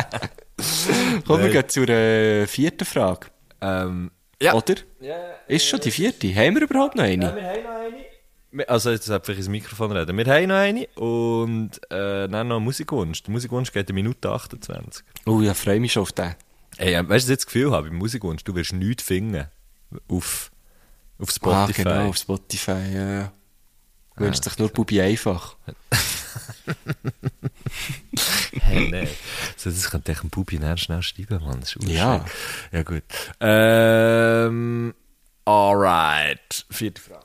Kommen wir gehen zur äh, vierten Frage. ähm, ja. Oder? Ist schon die vierte? Haben wir überhaupt noch eine? Wir haben noch eine. Also, jetzt darf ich ins Mikrofon reden. Wir haben noch eine und äh, dann noch Musikwunsch. Der Musikwunsch geht eine Minute achtundzwanzig. Oh, ja, freue mich schon auf den. Ey, weißt du, was ich jetzt das Gefühl habe, beim Musikwunsch, du wirst nichts finden auf, auf Spotify. Ah, genau, auf Spotify, ja, ja. Wünscht sich nur Bubi einfach. Hey, nein. So, das könnte ich dem Bubi nachher schnell schreiben, Mann. Das ist Ja. urschön. Ja, gut. Ähm, alright. Vierte Frage.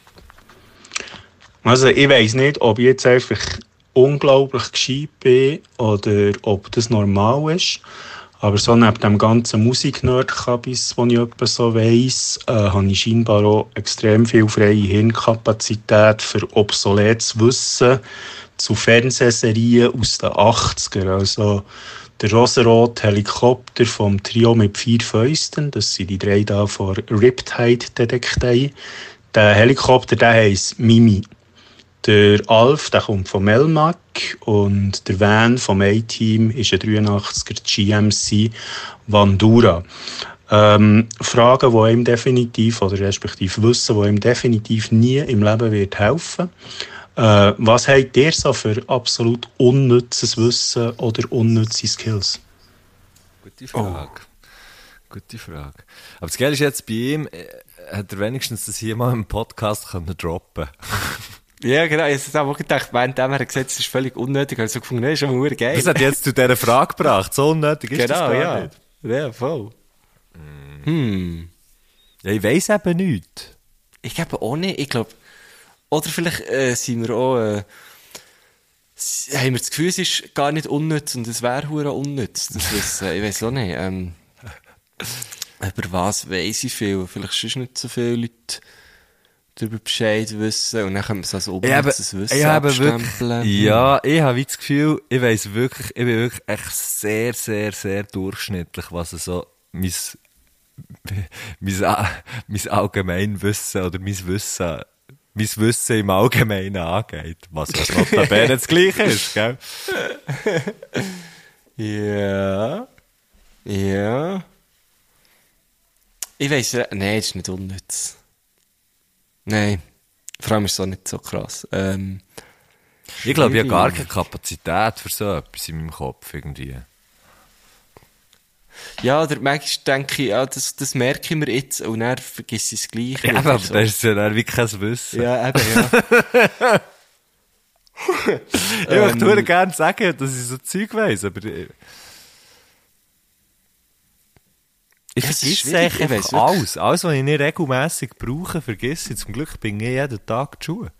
Also ich weiss nicht, ob ich jetzt einfach unglaublich gescheit bin oder ob das normal ist. Aber so neben dem ganzen Musik-Nerd-Kabis, den ich etwa so weiss, äh, habe ich scheinbar auch extrem viel freie Hirnkapazität für obsoletes Wissen zu Fernsehserien aus den achtziger. Also der rosarote Helikopter vom Trio mit vier Fäusten, das sind die drei da von Riptide-Detektei. Der Helikopter, der heisst Mimi. Der Alf, der kommt von Melmac und der Van vom A-Team ist ein dreiundachtziger G M C Vandura. Ähm, Fragen, die ihm definitiv, oder respektive Wissen, die ihm definitiv nie im Leben wird helfen. Äh, was habt ihr so für absolut unnützes Wissen oder unnütze Skills? Gute Frage. Oh. Gute Frage. Aber das Geile ist jetzt, bei ihm äh, hat er wenigstens das hier mal im Podcast können droppen. Ja, genau. Ich habe auch gedacht, während er gesagt, es ist völlig unnötig, habe ich so gefunden, das ist schon mal geil. Das hat jetzt zu dieser Frage gebracht. So unnötig ist genau, das gar ja. nicht. Ja, voll. Mm. Hm. Ja, ich weiss eben nichts. Ich glaube auch nicht. Ich glaube, oder vielleicht äh, sind wir auch, äh, s- haben wir das Gefühl, es ist gar nicht unnütz und es wäre hure unnütz, das Wissen. Ich weiss auch nicht. Ähm, über was weiss ich viel? Vielleicht sonst nicht so viele Leute darüber Bescheid wissen und dann können wir es als unnützes Wissen ich habe abstempeln. wirklich, ja, ich habe wie das Gefühl, ich weiss wirklich, ich bin wirklich echt sehr, sehr, sehr durchschnittlich, was so mein, mein, A- mein Allgemeinwissen oder mein Wissen, mein Wissen im Allgemeinen angeht. Was ja notabene das Gleiche ist, gell? Ja. Ja. Ich weiss, nein, das ist nicht unnütz. Nein. Vor allem ist es auch nicht so krass. Ähm, Ich glaube, ich habe gar keine Kapazität für so etwas in meinem Kopf irgendwie. ja, oder manchmal denke ich, ja, das, das merke ich mir jetzt und dann vergesse ich es gleich. Ja, wieder aber so. das ist ja dann wirklich kein Wissen. Ja, eben, ja. Ich möchte nur gerne sagen, dass ich so Zeug weiss, aber ich, ich Ja, es ist vergesse schwierig, eigentlich ich weiss einfach wirklich. alles. Alles, was ich nicht regelmässig brauche, vergesse ich. Zum Glück bin ich jeden Tag die Schuhe.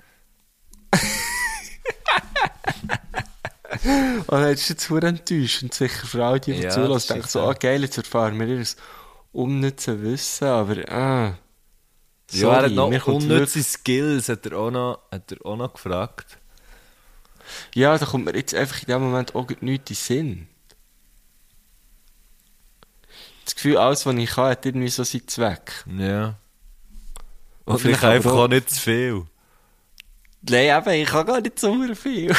Und dann ist es jetzt verdammt enttäuschend, sicher für alle, die Ja, ja, das zulassen. ist Ich denke so, sicher. ah, geil, jetzt erfahren wir ihr unnützes Wissen, aber, ah. Ja, er hat mir noch kommt unnütze Skills, hat er auch noch, hat er auch noch gefragt. wirklich- Ja, da kommt mir jetzt einfach in dem Moment auch nichts in den Sinn. Das Gefühl, alles, was ich kann, hat irgendwie so seinen Zweck. Ja. Und ich vielleicht kann einfach aber auch- auch nicht zu viel. Nein, eben, ich kann gar nicht so viel.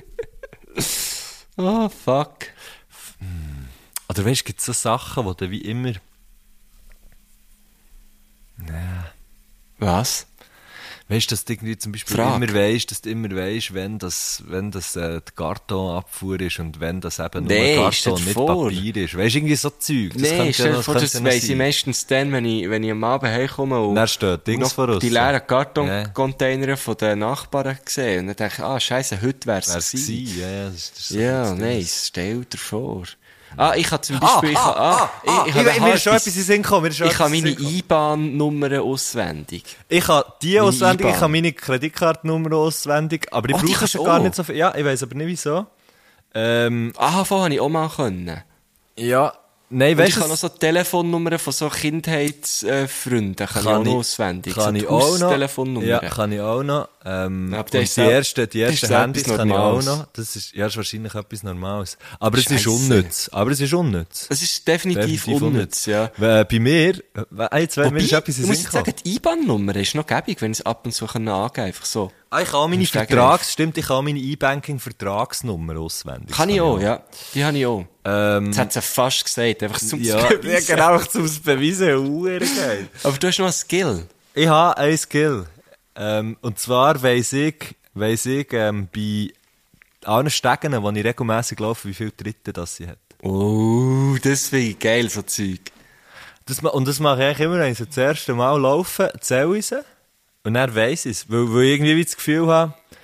Oh, fuck. Oder weißt du, gibt es so Sachen, wo du wie immer... Was? Weißt du, dass du irgendwie zum Beispiel Frage. immer weißt, dass du immer weißt, wenn das, wenn das äh, die Kartonabfuhr ist und wenn das eben nur Nee, Karton, stell dir nicht vor. Papier ist. Weißt du, irgendwie so Zeug. Das Nein, könnte stell ja dir noch- vor, könnte das ja noch weiss ich sein. meistens dann, wenn ich, wenn ich am Abend heimkomme und, Dann steht und Dings noch vor uns. die leeren Ja. Kartoncontainer von den Nachbarn sehe. Und dann denke ich, ah, scheisse, heute wär's Wär's gewesen. gewesen, ja, ja, das ist, das ist so Ja, das Ding. nice, stell dir vor. Ah, ich habe zum Ah, Beispiel, ich ah, habe, ah, ah, ah, ich, ich, ich, habe ich, mir ist schon etwas in den Sinn gekommen. mir ist schon ich habe etwas in meine den Sinn gekommen. I B A N-Nummern auswendig. Ich habe die meine auswendig, I B A N. ich habe meine Kreditkartennummer auswendig, aber ich Oh, die brauche kannst sie du gar auch? nicht so viel. Ja, ich weiss aber nicht wieso. Ähm, A H V habe ich auch mal können. ja, nein, Und ich weißt kann du, noch so Telefonnummern von so Kindheitsfreunden, kann, ich auch noch auswendig. Kann so ich auch noch. Telefonnummern. Ja, kann ich auch noch. Ähm, Ja, aber und das ist die auch- ersten, die das ersten ist auch Handys etwas kann ich auch Normales. noch. Das ist, ja, das ist wahrscheinlich etwas Normales. Aber es ist Scheisse. unnütz. Aber es ist unnütz. Es ist definitiv, unnütz, ja. Weil, äh, bei mir, äh, jetzt, wenn Wobei, mir ist etwas ich in muss den jetzt Sinn sagen, die I B A N-Nummer ist noch gäbig, wenn ich es ab und zu können angeben einfach so. Ah, ich kann auch meine Im Stegreif. Vertrags, stimmt, ich kann auch meine E-Banking-Vertragsnummer auswendig. Kann ich auch, ja. Die habe ich auch. Ähm, Das hat sie fast gesagt, einfach zum ja, ja, Beweisen. genau, zum Beweisen, huere geil. Aber du hast noch einen Skill. Ich habe einen Skill. Ähm, und zwar weiss ich, weiss ich, ähm, bei allen Stegen, wo ich regelmässig laufe, wie viele Tritte das sie hat. Oh, das finde ich geil, so Zeug. Das, ma- und das mache ich eigentlich immer, wenn ich so das erste Mal laufe, zähle ich sie. Und dann weiss ich es. Weil, weil ich irgendwie wie das Gefühl habe,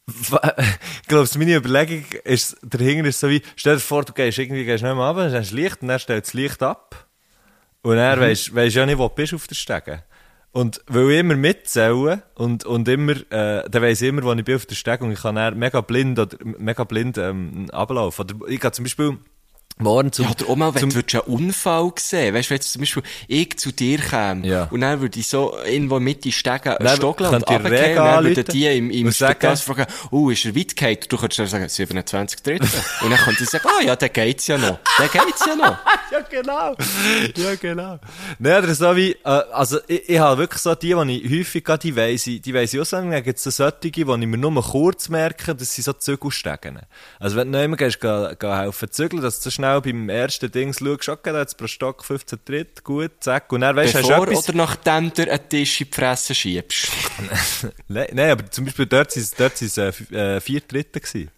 Ich glaube, meine Überlegung ist, dahinter ist so wie, stell dir vor, du gehst irgendwie gehst nicht mehr runter, dann hast du Licht und dann stellt das Licht ab. Und dann mhm. weisst du ja nicht, wo du bist auf der Stege. Und weil ich immer mitzähle und, und immer, äh, dann weiss ich immer, wo ich bin auf der Stege und ich kann dann mega blind oder mega blind ähm, ablaufen. Oder ich kann zum Beispiel morgen zum... Ja, oder auch mal, wenn du einen Unfall sehen, weißt du, wenn zum Beispiel ich zu dir käme ja. und dann würde ich so irgendwo mit die Stege dann stockeln und runtergehen und dann würden die im, im Stadtgas fragen, oh, ist er weit gefallen? Du könntest dann sagen, siebenundzwanzig Drittel. Und dann könnte ich sagen, ah oh, ja, dann geht's ja noch. Dann geht's ja noch. Ja, genau. Ja, genau. Nein, oder so wie, äh, also, ich, ich habe wirklich so die, die ich häufig gehe, die weiss ich, die weiss ich auch sagen, dann gibt es so solche, die ich mir nur kurz merke, das sind so Zügelstegen. Also, wenn du noch immer gehst, geh, geh helfen zügeln, dass du so schnell beim ersten Ding schaust, okay, da jetzt pro Stock fünfzehn Tritt, gut, zack, und dann weisst du, hast Bevor du etwas... oder nachdem du einen Tisch in die Fresse schiebst? Nein, nein, aber zum Beispiel dort sind es, dort sind es äh, vier Tritte gewesen.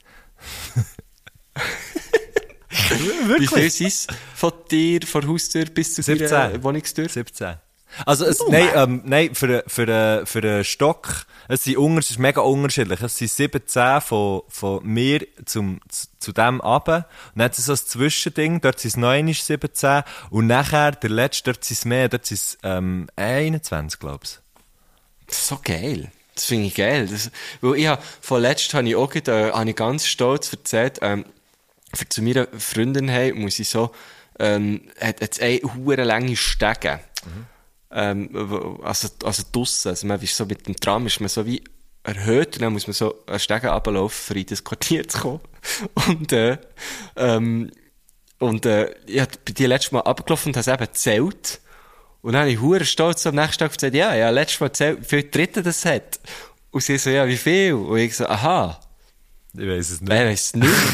Wie viel sind es von dir, von Haustür bis zu deiner Wohnungstür? siebzehn. Also, es, oh, nein, ähm, nein, für, für, für einen Stock, es, sind unter, es ist mega unterschiedlich. Es sind siebzehn von, von mir zum, zu, zu dem runter. Und dann hat es so ein Zwischending, dort sind es neun siebzehn. Und nachher, der letzte, dort sind es mehr, dort sind es, ähm, einundzwanzig, glaub ich. Das ist so geil. Das finde ich geil. Das, weil ich habe, vorletzt habe ich auch gerade, äh, habe ich ganz stolz erzählt, ähm, für zu meiner Freundin hey, muss ich so, ähm, hat jetzt eine hure lange Stege. Mhm. Ähm, also, also draussen. Also man ist so mit dem Tram ist man so wie erhöht und dann muss man so eine Stege runterlaufen, um in das Quartier zu kommen. Und, äh, ähm, und, äh, ich bin die letztes Mal runtergelaufen und habe es eben gezählt. Und dann habe ich hure stolz am nächsten Tag gesagt, ja, ja, letztes Mal gezählt, wie viele Tritte das hat. Und sie so, ja, wie viel? Und ich so, aha. Ich weiss es nicht. Ich weiss es nicht.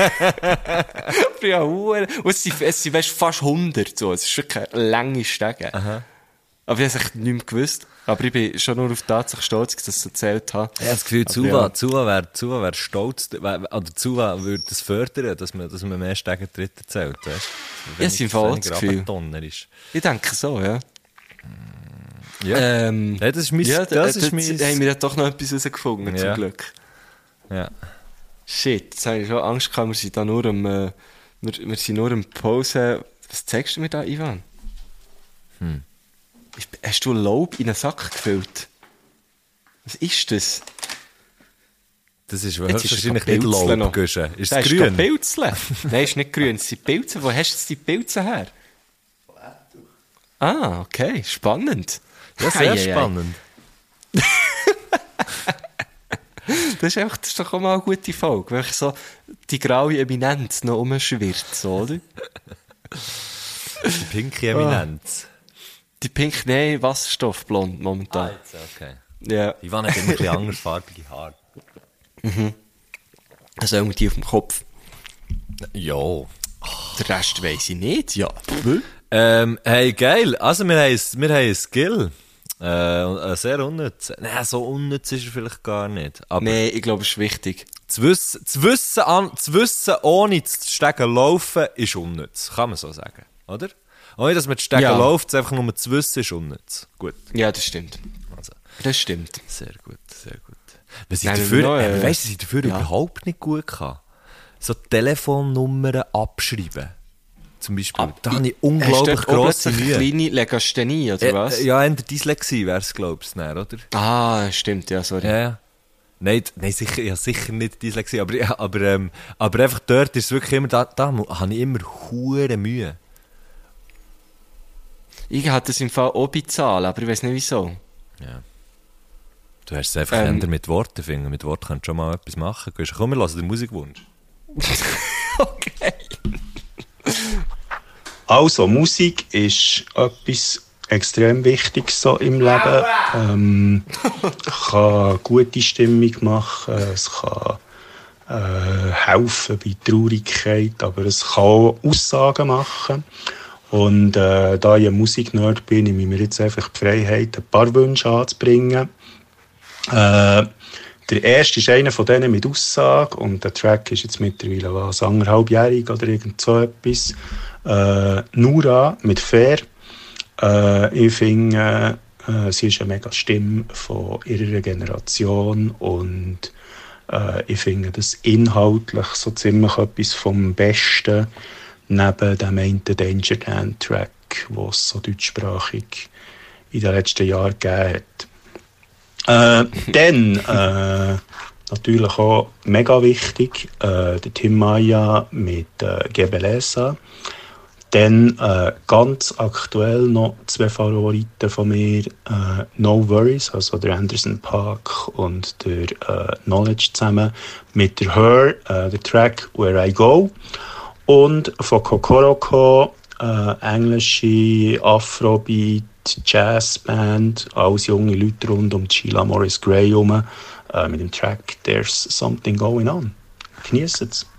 Ja, hure. Und es sind, es sind weißt, fast hundert, so. Es ist wirklich eine lange Stege. Aha. Aber ich habe es nicht mehr gewusst. Aber ich bin schon nur auf die Tatsache stolz, dass ich das erzählt habe. Ich habe das Gefühl, Zuwa, ja. Zuwa wäre Zuwa wär stolz, oder Zuwa würde das fördern, dass man, dass man mehr Stegen Tritte zählt, weißt du? Ja, sind voll das Gefühl. Ist. Ich denke so, ja. Ja, ähm, ja das ist mein... Ja, das da, ist mein... haben wir ja doch noch etwas herausgefunden, ja. zum Glück. Ja. Shit, jetzt habe ich schon Angst gehabt, wir sind da nur am... Äh, wir, wir sind nur am Pause... Was zeigst du mir da, Ivan? Hm. Hast du Laub in einen Sack gefüllt? Was ist das? Das ist wahrscheinlich nicht Laub, Güsche. Ist es grün? Ist Pilzle. Nein, ist nicht grün. Es sind Pilze. Wo hast du die Pilze her? Ah, okay. Spannend. Ja, sehr ei, spannend. Ei, ei. Das ist, einfach, das ist doch auch mal eine gute Folge, wenn so die graue Eminenz noch rumschwirrt, so, oder? Die pinke Eminenz. Oh. Die pink, nein, Wasserstoffblond momentan. Ah, jetzt, okay. Ja. Die waren nicht immer ein bisschen andersfarbige Haare. Mhm. Also irgendwie die auf dem Kopf. Ja. Oh. Der Rest weiss ich nicht, ja. Ähm, hey, geil. Also, wir haben, wir haben einen Skill. Äh, sehr unnütz. Nein, so unnütz ist er vielleicht gar nicht. Aber nein, ich glaube, es ist wichtig. Zu wissen, zu wissen, an, zu wissen ohne zu Stegen laufen, ist unnütz. Kann man so sagen. Oder? Ohne, dass man die Stege ja. läuft, einfach nur zu wissen, ist unnütz. Gut. Ja, das stimmt. Also. Das stimmt. Sehr gut, sehr gut. Was ich dafür, noch, äh, weißt du, was ich dafür ja. überhaupt nicht gut kann? So Telefonnummern abschreiben. Zum Beispiel. Ab, da habe ich unglaublich grosse Mühe. Kleine Legasthenie, oder was? Äh, ja, in der Dyslexie wäre es, glaubst du, oder? Ah, stimmt, ja, sorry. Ja, ja. Nein, nein sicher, ja, sicher nicht Dyslexie, aber, ja, aber, ähm, aber einfach dort ist es wirklich immer, da, da habe ich immer hure Mühe. Ich hatte das im Fall auch bei Zahlen, aber ich weiß nicht wieso. Ja. Du hast es einfach ähm, mit Worten finden. Mit Worten kannst du schon mal etwas machen. Komm, wir lassen den Musikwunsch. Okay. Also, Musik ist etwas extrem Wichtiges so im Leben. Ähm, kann gute Stimmung machen, es kann äh, helfen bei Traurigkeit, aber es kann auch Aussagen machen. Und äh, da ich ein Musiknerd bin, nehme ich mir jetzt einfach die Freiheit, ein paar Wünsche anzubringen. Äh, der erste ist einer von denen mit Aussage und der Track ist jetzt mittlerweile was, anderthalbjährig oder irgend so etwas. Äh, Nura mit Fair. Äh, ich finde, äh, sie ist eine mega Stimme von ihrer Generation und Äh, ich finde das inhaltlich so ziemlich etwas vom Besten, neben dem einen Danger Dan Track, den es so deutschsprachig in den letzten Jahren gegeben hat. Äh, dann, äh, natürlich auch mega wichtig, äh, der Tim Maia mit äh, Gebeleza. Dann äh, ganz aktuell noch zwei Favoriten von mir, äh, No Worries, also der Anderson .Paak und der äh, Knowledge zusammen mit der Her, äh, der Track Where I Go. Und von Kokoroko, äh, englische Afrobeat, Jazzband, alles junge Leute rund um Sheila Morris Gray herum, äh, mit dem Track There's Something Going On. Genießt es.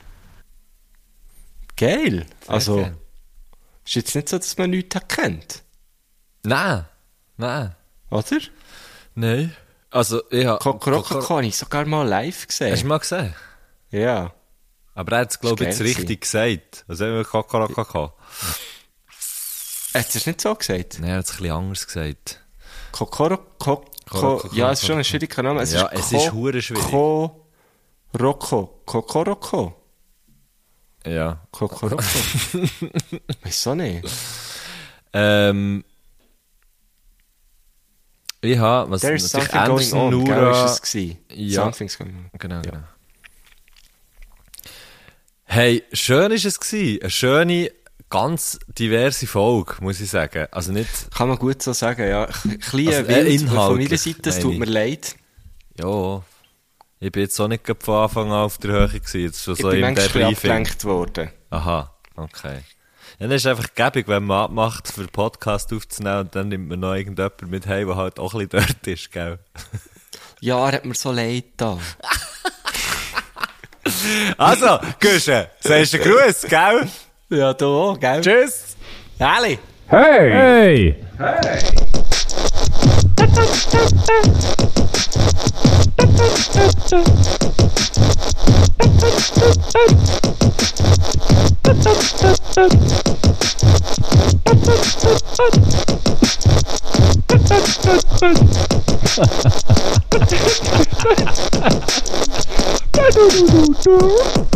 Geil. Also, geil. ist jetzt nicht so, dass man nichts kennt. Nein, nein. Oder? Nein. Also, ja. Kokoroko habe ich sogar mal live gesehen. Hast du mal gesehen? Ja. Aber er hat es, glaube ich, jetzt geil richtig gesagt. Also, haben wir Kokoroko. Hat er es nicht so gesagt? Nein, er hat es ein bisschen anders gesagt. Kokoroko. Koro- Ja, es ist schon ein schwieriger Name. Es Ja, ist es ist hure schwierig. Kokoroko. Kokoroko. Ja. Kokoroko. Wieso nicht? Ähm. Ich habe, was There's natürlich something going Anderson on. Gell, Nura- ist es gewesen? Ja. Something's going on. Genau, Ja. genau. Hey, schön ist es gewesen. Eine schöne, ganz diverse Folge, muss ich sagen. Also nicht, Kann man gut so sagen, ja. Ein bisschen Also, äh, wild von inhaltlich, meiner Seite, es meine tut ich. mir leid. ja, ich bin jetzt auch nicht gerade von Anfang an auf der Höhe gewesen. Jetzt schon Ich so bin im manchmal ein bisschen Debriefing. abgelenkt worden. Aha, okay. Ja, dann ist es einfach gäbig, wenn man abmacht, für den Podcast aufzunehmen und dann nimmt man noch irgendjemanden mit heim, der halt auch ein bisschen dort ist, gell? Ja, er hat mir so leid da. Also, Guschen, sagst du Gruß, gell? Ja, du auch, gell? Tschüss! Ali! Hey! Hey!